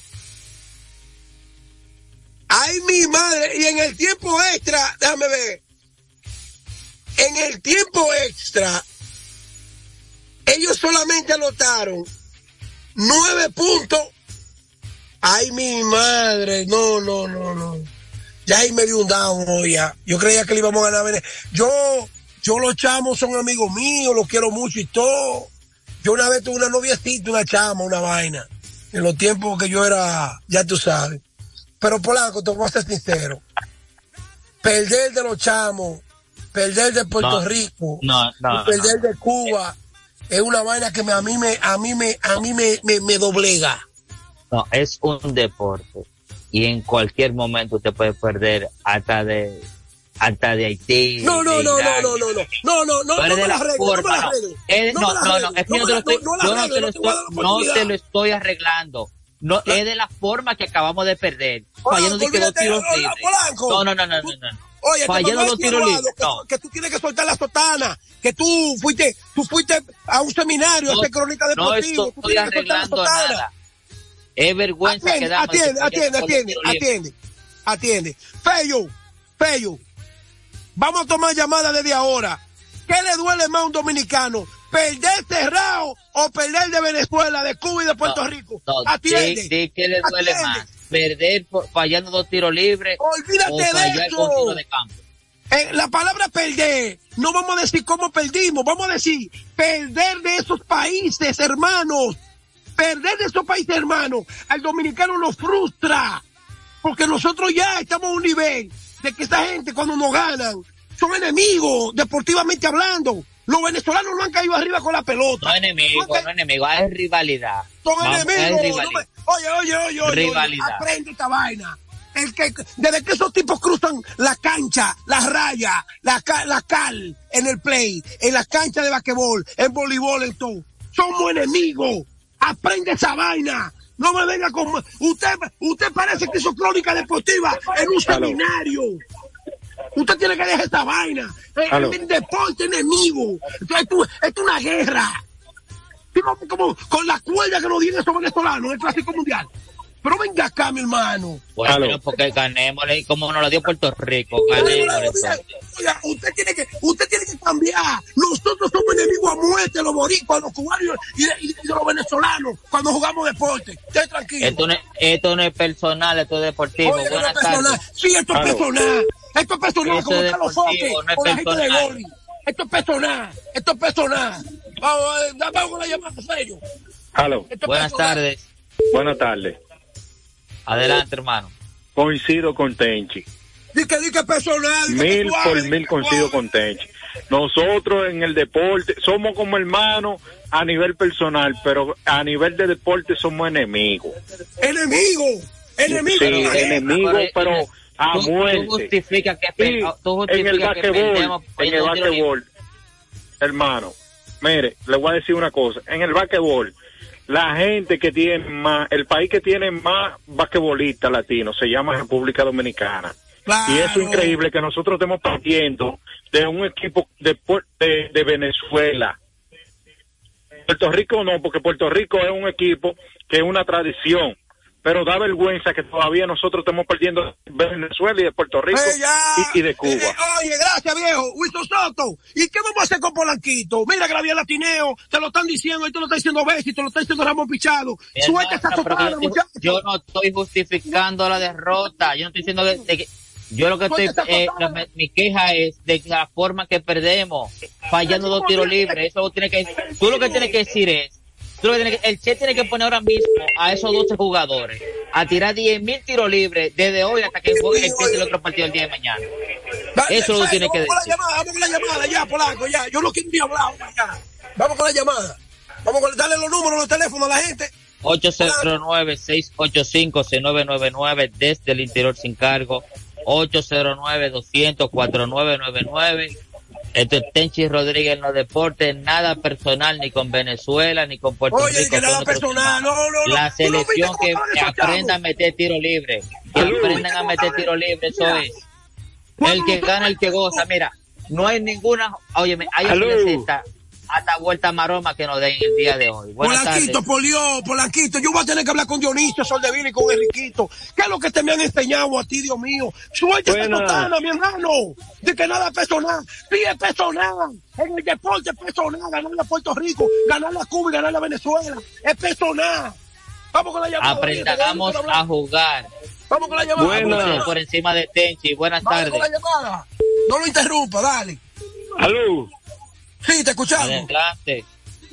Ay, mi madre, y en el tiempo extra, déjame ver, en el tiempo extra, ellos solamente anotaron nueve puntos. Ay, mi madre, no, no, no, no. Ya ahí me dio un down hoy ya. Yo creía que le íbamos a ganar. Vene- Yo, yo los chamos son amigos míos, los quiero mucho y todo. Yo una vez tuve una noviecita, una chama, una vaina. En los tiempos que yo era, ya tú sabes. Pero Polaco, te voy a ser sincero. Perder de los chamos, perder de Puerto No, Rico, no, no, y perder no. de Cuba, es una vaina que me, a mí me, a mí me, a mí me, me, me doblega. No, es un deporte. Y en cualquier momento usted puede perder hasta de, hasta de Haití. No, no, de no, no, Irak. no, no, no, no, no, no, Pero no de me la la arregles, no me forma, la no. arregles. Eh, No no, me la no, no, arregles, es que no yo me te lo la- estoy, no la yo no arregles, te lo no te voy a estoy, dar la no te oportunidad. lo estoy arreglando. No, es de la forma que acabamos de perder. Polanco, Fallando de que dos olvídate, tiros hola, libres. Polanco. No, no, no, no, no, no. Oye, te Fallando mandó a dos decir tiros Eduardo libres. que, No. tú, que tú tienes que soltar la sotana, que tú fuiste, tú fuiste a un seminario a No, hacer cronista no deportivo, tú estoy tienes que soltar la arreglando sotana. nada. Es vergüenza que Atiende, damos. atiende, atiende, atiende, atiende, atiende. Feyo, Feyo, vamos a tomar llamada desde ahora. ¿Qué le duele más a un dominicano? ¿Perder cerrado o perder de Venezuela, de Cuba y de Puerto Rico? No, Atiende. ¿de, de qué le duele atiende. más? ¿Perder por- fallando dos tiros libres? Olvídate o de fallar eso. con tiro de campo? Eh, la palabra perder, no vamos a decir cómo perdimos, vamos a decir perder de esos países, hermanos. Perder de esos países, hermanos. Al dominicano nos frustra, porque nosotros ya estamos a un nivel de que esta gente cuando nos ganan son enemigos, deportivamente hablando. Los venezolanos no han caído arriba con la pelota. No enemigos, no, no enemigos, es rivalidad. Son Vamos, enemigos. es rivalidad. No me, oye, oye, oye, oye, rivalidad. oye, aprende esta vaina. El que, desde que esos tipos cruzan la cancha, la raya, la, la cal en el play, en la cancha de basquetbol, en voleibol, en todo, somos enemigos. Aprende esa vaina. No me venga con... Usted, usted parece que hizo crónica deportiva en un seminario. Usted tiene que dejar esta vaina. El, el deporte enemigo. Esto, esto, esto es una guerra. Como, como con la cuerda que nos dieron esos venezolanos en el Clásico Mundial. Pero venga acá, mi hermano. Bueno, pero porque ganémosle, como nos lo dio Puerto Rico, ganémosle. Oiga, usted tiene que, usted tiene que cambiar. Nosotros somos enemigos a muerte, los boricuas, los cubanos y, de, y de los venezolanos cuando jugamos deporte. Esté tranquilo. Esto no, esto no es personal, esto es deportivo. Oye, Buenas no es personal. Sí, esto es personal. Esto es personal, esto como Carlos Foque, no con la gente de Goli. Esto es personal, esto es personal. Vamos, vamos con la llamada, serio. Aló. Buenas personal. tardes. Buenas tardes. Adelante, hermano. Coincido con Tenchi. Dice, dice personal. Mil por mil coincido con Tenchi. Nosotros en el deporte somos como hermanos a nivel personal, pero a nivel de deporte somos enemigos. ¿Enemigos? ¿Enemigos? Sí, enemigos, pero a tú, muerte. Tú justificas que, sí, tú justifica en el basquetbol, en el basquetbol, hermano, mire, le voy a decir una cosa. En el basquetbol, la gente que tiene más, el país que tiene más basquetbolistas latinos se llama República Dominicana. Claro. Y eso es increíble que nosotros estemos partiendo de un equipo de, de, de Venezuela. Puerto Rico no, porque Puerto Rico es un equipo que es una tradición. Pero da vergüenza que todavía nosotros estemos perdiendo de Venezuela y de Puerto Rico hey, y, y de Cuba. Eh, oye, gracias, viejo. Wilson Soto. ¿Y qué vamos a hacer con Polanquito? Mira que la vía latineo, te lo están diciendo, ahí te lo está diciendo Bessi, te lo está diciendo Ramón Pichado. Suelta esa sotana, muchachos. Yo no estoy justificando la derrota. Yo no estoy diciendo que... De que yo lo que estoy... Eh, la, mi queja es de la forma que perdemos, fallando dos tiros libres. Eso tiene que... Tú lo que tienes que decir es... El Che tiene que poner ahora mismo a esos doce jugadores a tirar diez mil tiros libres desde hoy hasta que empiece el otro partido el día de mañana. Eso lo tiene que decir. Vamos con la llamada, vamos con la llamada ya, Polanco, ya. Yo no quiero ni hablar, ya. Vamos con la llamada. Vamos con darle los números, los teléfonos a la gente. ocho cero nueve, seis ocho cinco, seis nueve nueve nueve desde el interior sin cargo. ocho cero nueve, doscientos, cuarenta y nueve noventa y nueve. Esto es Tenchi Rodríguez en los deportes, nada personal ni con Venezuela ni con Puerto Oye, Rico. Que nada personal, no, no, no. La selección que, que aprenda a meter tiro libre, que aprendan a meter tiro libre, eso es. El que gana, el que goza. Mira, no hay ninguna, oye, hay una hasta vuelta maroma que nos den el día de hoy. Buenas Polanquito, tardes. Polio, Polanquito, yo voy a tener que hablar con Dionisio Soldevila y con Enriquito. ¿Qué es lo que te me han enseñado a ti, Dios mío? Suelta esa totana, mi hermano. De que nada es personal. Sí es personal. En el deporte es personal. Ganarle a Puerto Rico, ganarle a Cuba y ganarle a Venezuela. Es personal. Vamos con la llamada. Aprendamos a jugar. Vamos con la llamada. Buenas. Por encima de Tenchi. Buenas Vamos tardes. Con la llamada. No lo interrumpa, dale. Aló. Sí, te escuchamos. Adelante.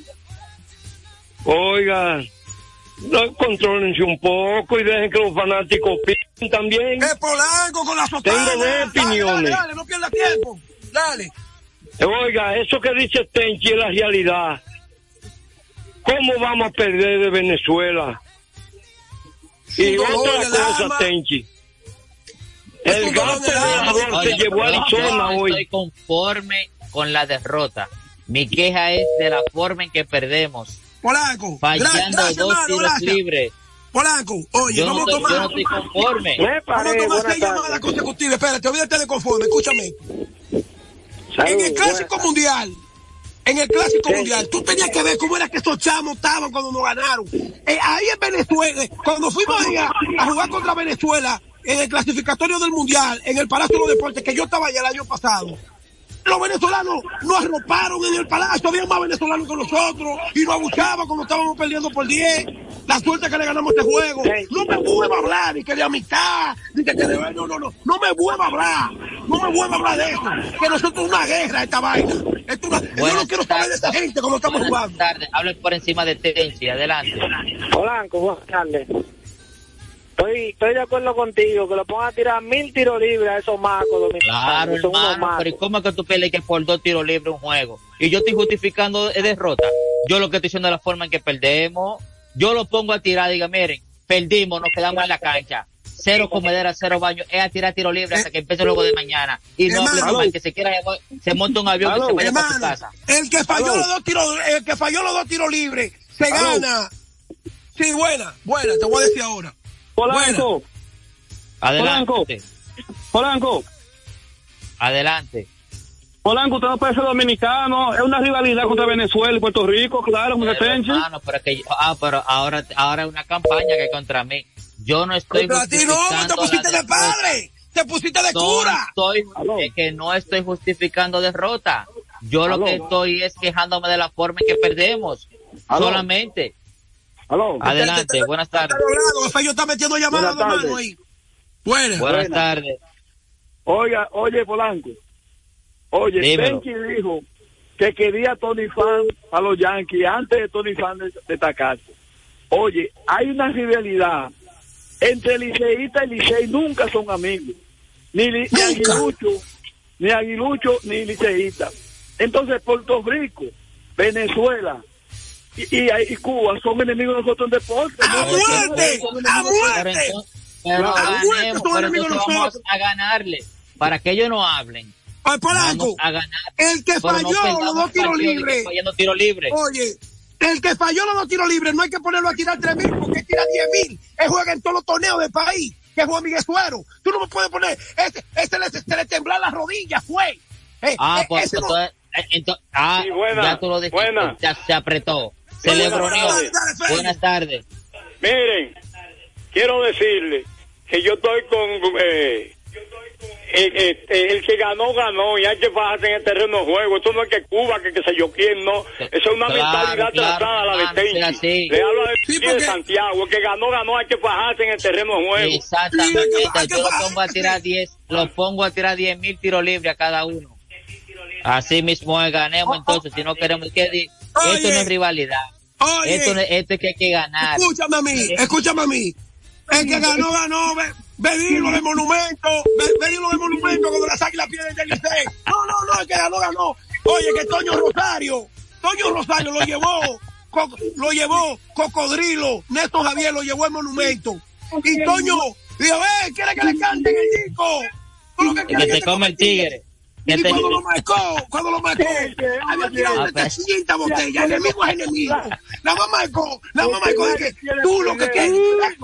Oigan, no, contrólense un poco y dejen que los fanáticos opinen también. Es Polanco con la sotana. Tengo dos opiniones. Dale, dale, no pierdas tiempo. Dale. Oiga, eso que dice Tenchi es la realidad. ¿Cómo vamos a perder de Venezuela? Y otra cosa, Tenchi. El gran perdedor se llevó a Arizona hoy. Estoy conforme con la derrota. Mi queja es de la forma en que perdemos. Polanco, fallando gracias, dos hermano, tiros gracias. libres. Polanco, oye, yo vamos no a tomar. Yo no estoy conforme. Vamos a tomar seis llamadas consecutivas. Espérate, olvídate de conforme, escúchame. Salud, en el Clásico buena. Mundial, en el Clásico Sí. Mundial, tú tenías que ver cómo era que esos chamos estaban cuando nos ganaron. Eh, ahí en Venezuela, cuando fuimos ahí a, a jugar contra Venezuela, en el clasificatorio del Mundial, en el Palacio de los Deportes, que yo estaba allá el año pasado. los venezolanos nos arroparon en el palacio, había más venezolanos que nosotros y nos abuchaban cuando estábamos perdiendo por diez. La suerte que le ganamos este juego. No me vuelva a hablar ni que de amistad, ni que, que de... No, no, no. No me vuelva a hablar. No me vuelva a hablar de eso. Que nosotros es una guerra esta vaina. Es una... Yo no quiero saber de esta gente como estamos jugando. Buenas tardes. Hablen por encima de Tenchi. Adelante. Polanco, buenas tardes. Estoy, estoy de acuerdo contigo, que lo pongan a tirar mil tiros libres a esos macos dominicanos. Claro, hermano, pero ¿y cómo es que tú peleas que por dos tiros libres un juego? Y yo estoy justificando de derrota. Yo lo que estoy diciendo es la forma en que perdemos. Yo lo pongo a tirar, diga, miren, perdimos, nos quedamos en la cancha. Cero comedera, cero baño, es a tirar tiro libre hasta que empiece luego de mañana. Y no hable mal, que se quiera, se monta un avión y se vaya para su casa. El que falló los dos tiros, el que falló los dos tiros libres, se Aló. gana. Sí, buena, buena, te voy a decir ahora. Polanco. Adelante. Polanco. Polanco. Adelante. Polanco, usted no puede ser dominicano. Es una rivalidad contra Venezuela y Puerto Rico, claro, pero, hermano, pero que, ah, pero ahora, ahora es una campaña que hay contra mí. Yo no estoy contra ti no, te pusiste de padre, te pusiste de no cura. Estoy, es que no estoy justificando derrota. Yo Aló. lo que estoy es quejándome de la forma en que perdemos. Aló. Solamente. Aló. Adelante, buenas tardes. Yo está metiendo llamadas, hermano, ahí. Buenas. Buenas tardes. Oiga, oye, Polanco. Oye, Dímelo. Tenchi dijo que quería a Tony Fan a los Yankees antes de Tony Fan de- destacarse. Oye, hay una rivalidad entre liceísta y licey, nunca son amigos. Ni, li- ni aguilucho, ni aguilucho, ni liceísta. Entonces, Puerto Rico, Venezuela y, y, y Cuba son enemigos de nosotros en deporte. ¡A muerte! ¡A muerte! Pero ¡A muerte ganemos, son pero enemigos de entonces vamos nosotros! a ganarle. Para que ellos no hablen. Ay, Polanco, Vamos a ganar. el que Pero no falló perdamos los dos tiros partido de libres. que fallando tiro libre. Oye, el que falló los dos tiros libres no hay que ponerlo a tirar tres mil porque tira diez mil. Él juega en todos los torneos del país. Que juega Miguel Suero. Tú no me puedes poner. Ese, ese le, se le temblan las rodillas, fue. Eh, Ah, eh, pues ese no- entonces, eh, entonces, ah, Sí, buena, ya tú lo dijiste, buena. ya se apretó. Se Buena, le broneó. dale, dale, Fede. Buenas tardes. Miren, quiero decirle que yo estoy con eh, eh, eh, eh, el que ganó, ganó, y hay que bajarse en el terreno de juego. Esto no es que Cuba, que qué sé yo quién, no. Eso es una Claro, mentalidad claro, trazada, la de hermano, Tenchi. sea así. Le habla de, Sí, de porque- Santiago. El que ganó, ganó, hay que bajarse en el terreno de juego. Exactamente. Yo lo pongo a tirar diez, lo pongo a tirar diez mil tiros libres a cada uno. Así mismo es, ganemos entonces, si no queremos que di- esto no es rivalidad. Oye. Esto, no es- esto es que hay que ganar. Escúchame a mí, escúchame a mí. El que ganó, ganó. Ve, venirlo del monumento. Ve, venirlo del monumento cuando las águilas pierden del Licey. No, no, no, el que ganó, ganó. Oye, que Toño Rosario, Toño Rosario lo llevó, co- lo llevó Cocodrilo, Néstor Javier lo llevó al monumento. Y Toño dijo, eh, ¿quiere que le canten el disco? Tú lo que Que quieres te come el tigre. Que Y te- cuando lo marcó, cuando lo marcó, había tirado Ah, pues. setecientas botellas, enemigo es enemigo. La mamá marcó, la mamá marcó de que tú lo que quieres.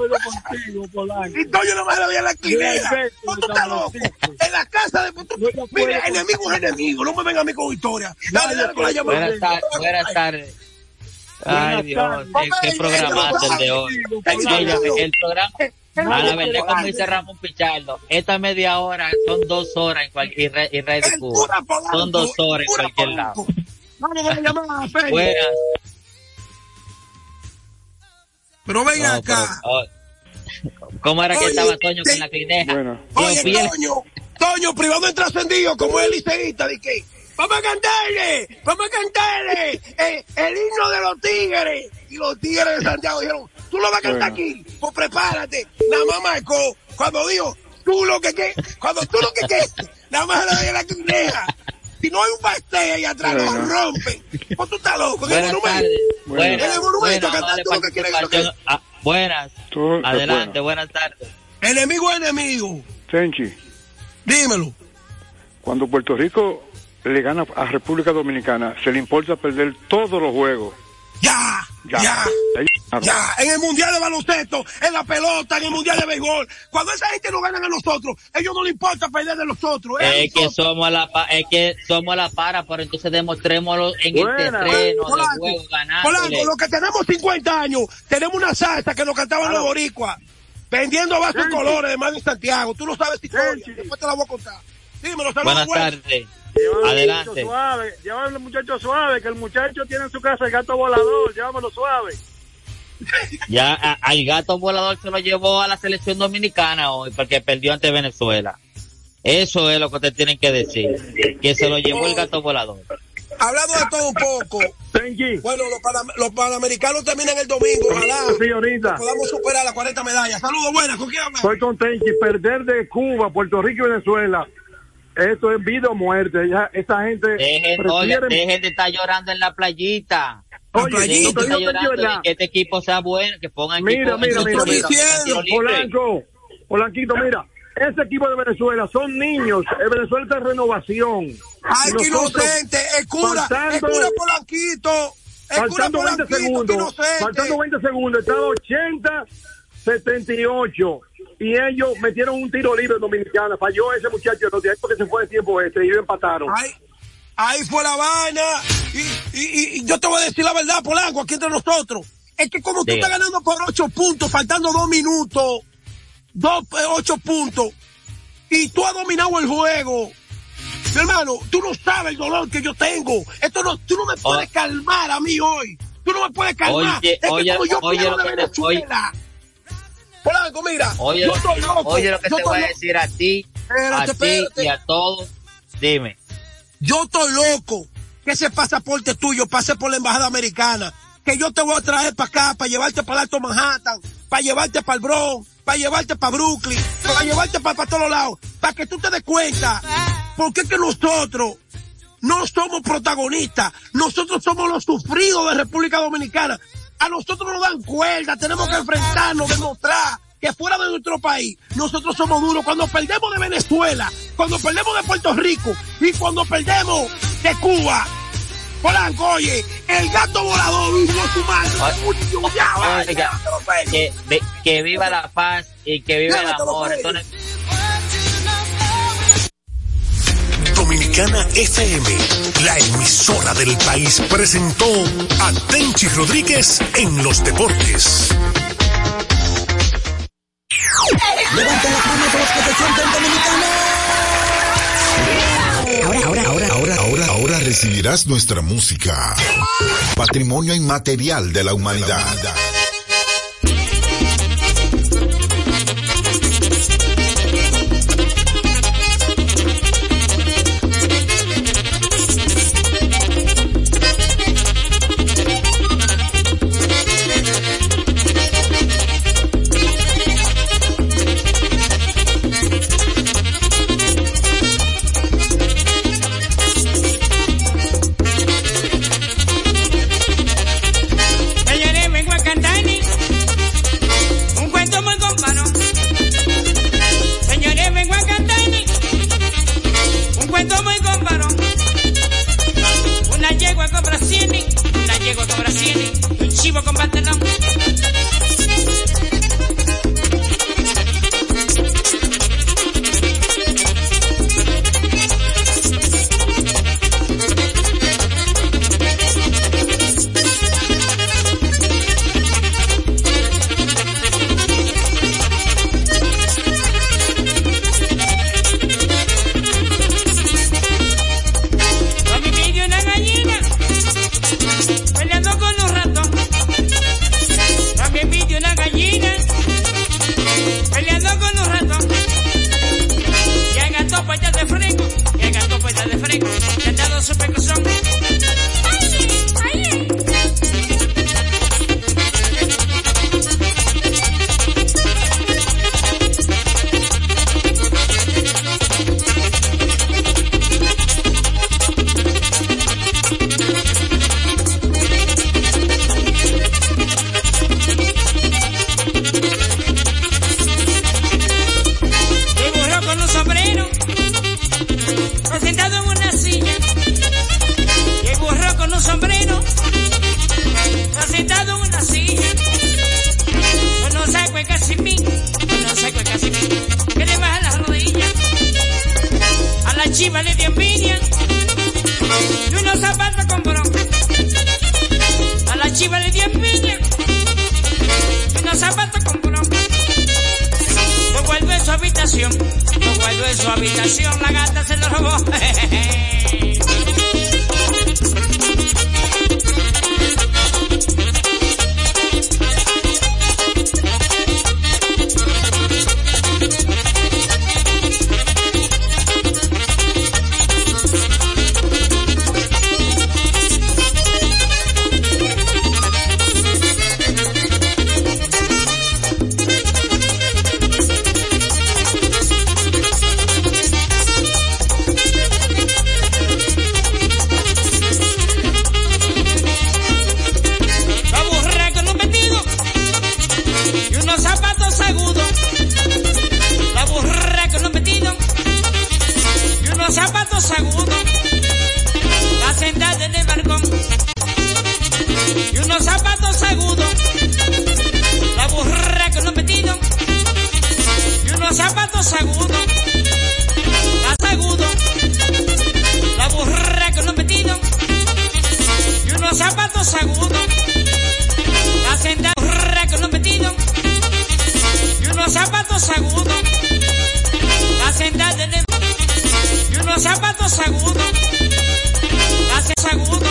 Y Toño no me lo veía en la esquinera. No, tú estás loco. En la casa de... Mire, enemigo es enemigo, no me venga a mí con historia. Dale, dale con la llamada. Buenas tardes. Buenas tardes. Ay, Dios, qué, qué programazo el de hoy. Óyeme, el programa, a la verdad, como dice Ramón Pichardo, esta media hora son dos horas en cualquier y, Re- y Rey de Cuba. Son dos horas en cualquier lado. Vamos con la llamada, Félix. Buenas. Pero ven No, acá. pero, oh, ¿cómo era que Oye, estaba Toño te- con la clineja? Oye, Tío Piel- Toño, Toño, privado en trascendido, como el liceísta, de que vamos a cantarle, vamos a cantarle eh, el himno de los tigres. Y los tigres de Santiago dijeron, tú lo vas a cantar Bueno. aquí, pues prepárate. Nada más marcó, cuando dijo, tú lo que que, cuando tú lo que que, nada más le doy a la quineja. Si no hay un pastel ahí atrás, Bueno. lo rompen. Pues tú estás loco, en el Buenas monumento. tardes. En el Buenas, monumento, buenas, cantar dale tú lo que quieres. lo que- participación. Ah, buenas. Tú- Adelante, bueno. buenas tardes. Enemigo es enemigo. Tenchi, Dímelo. cuando Puerto Rico le gana a República Dominicana, se le importa perder todos los juegos. Ya, Ya. ya. Ahí- Ya, en el mundial de baloncesto, en la pelota, en el mundial de béisbol, cuando esa gente nos ganan a nosotros, ellos no les importa perder de nosotros. Es a Es que nosotros. somos la pa- es que somos la para, pero entonces demostrémoslo en Buena. el terreno de Polanco, juego ganándole. Polanco, los que tenemos cincuenta años, tenemos una salsa que nos cantaban los boricuas, vendiendo vasos de colores de Mano Santiago. Tú no sabes historia, después te la voy a contar. Dímelo, saludos. Buenas buenas. tardes. Llévame Adelante. Suave, llévame al muchacho suave, que el muchacho tiene en su casa el gato volador, llévamelo suave. Ya a- al gato volador se lo llevó a la selección dominicana hoy porque perdió ante Venezuela. Eso es lo que te tienen que decir, que se lo llevó el gato volador. Hablando de todo un poco. Bueno, los, panam los panamericanos terminan el domingo. Ojalá Sí, ahorita. podamos superar las cuarenta medallas. Saludos, buenas. ¿Con quién hablas? Estoy con Tenchi, perder de Cuba, Puerto Rico y Venezuela. Esto es vida o muerte. Ya, esa gente Dejen, oye, prefiere... dejen de estar llorando en la playita. Oye, Dejen no de te estar digo que llorando es verdad. de que este equipo sea bueno, que pongan Mira, equipo, mira, mira, equipo mira. tiro libre. Polanco, Polanquito, mira. Ese equipo de Venezuela son niños. El Venezuela está en renovación. Ay, Y qué nosotros, inocente. Es cura. Es cura Polanquito. Es cura Faltando veinte Polanquito. Qué segundos. inocente. Faltando veinte segundos. Estaba ochenta setenta y ocho. Y ellos metieron un tiro libre en Dominicana. Falló ese muchacho no tiempo que se fue de tiempo este y ellos empataron. Ahí, ahí fue la vaina. Y, y, y yo te voy a decir la verdad, Polanco, aquí entre nosotros. Es que como tú Diga. estás ganando por ocho puntos, faltando dos minutos, dos, eh, ocho puntos, y tú has dominado el juego. Mi hermano, tú no sabes el dolor que yo tengo. Esto no, tú no me puedes Oh. calmar a mí hoy. Tú no me puedes calmar. Oye, es que oye, como yo oye pierdo lo de que te- Venezuela. Polanco, mira, Oye, yo estoy loco. oye lo que yo te estoy voy a loco. decir a ti, Espérate, a ti espérate. y a todos. Dime. Yo estoy loco que ese pasaporte tuyo pase por la embajada americana, que yo te voy a traer para acá, para llevarte para el Alto Manhattan, para llevarte para el Bronx, para llevarte para Brooklyn, para llevarte para, para todos lados, para que tú te des cuenta, porque es que nosotros no somos protagonistas, nosotros somos los sufridos de República Dominicana, a nosotros nos dan cuerda, tenemos que enfrentarnos, demostrar que fuera de nuestro país, nosotros somos duros. Cuando perdemos de Venezuela, cuando perdemos de Puerto Rico y cuando perdemos de Cuba, Polanco, oye, el gato volador hizo su madre. Ya, vaya, Oiga, que, ve- que viva la paz y que viva el amor. Entonces, Dominicana F M, la emisora del país, presentó a Tenchi Rodríguez en los deportes. Levanta las manos a los que se sienten dominicanos. Ahora, ahora, ahora, ahora, ahora, ahora recibirás nuestra música. Patrimonio inmaterial de la humanidad. Señores, vengo a cantar en su habitación, la gata se lo robó. Zapatos agudos, hace agudo.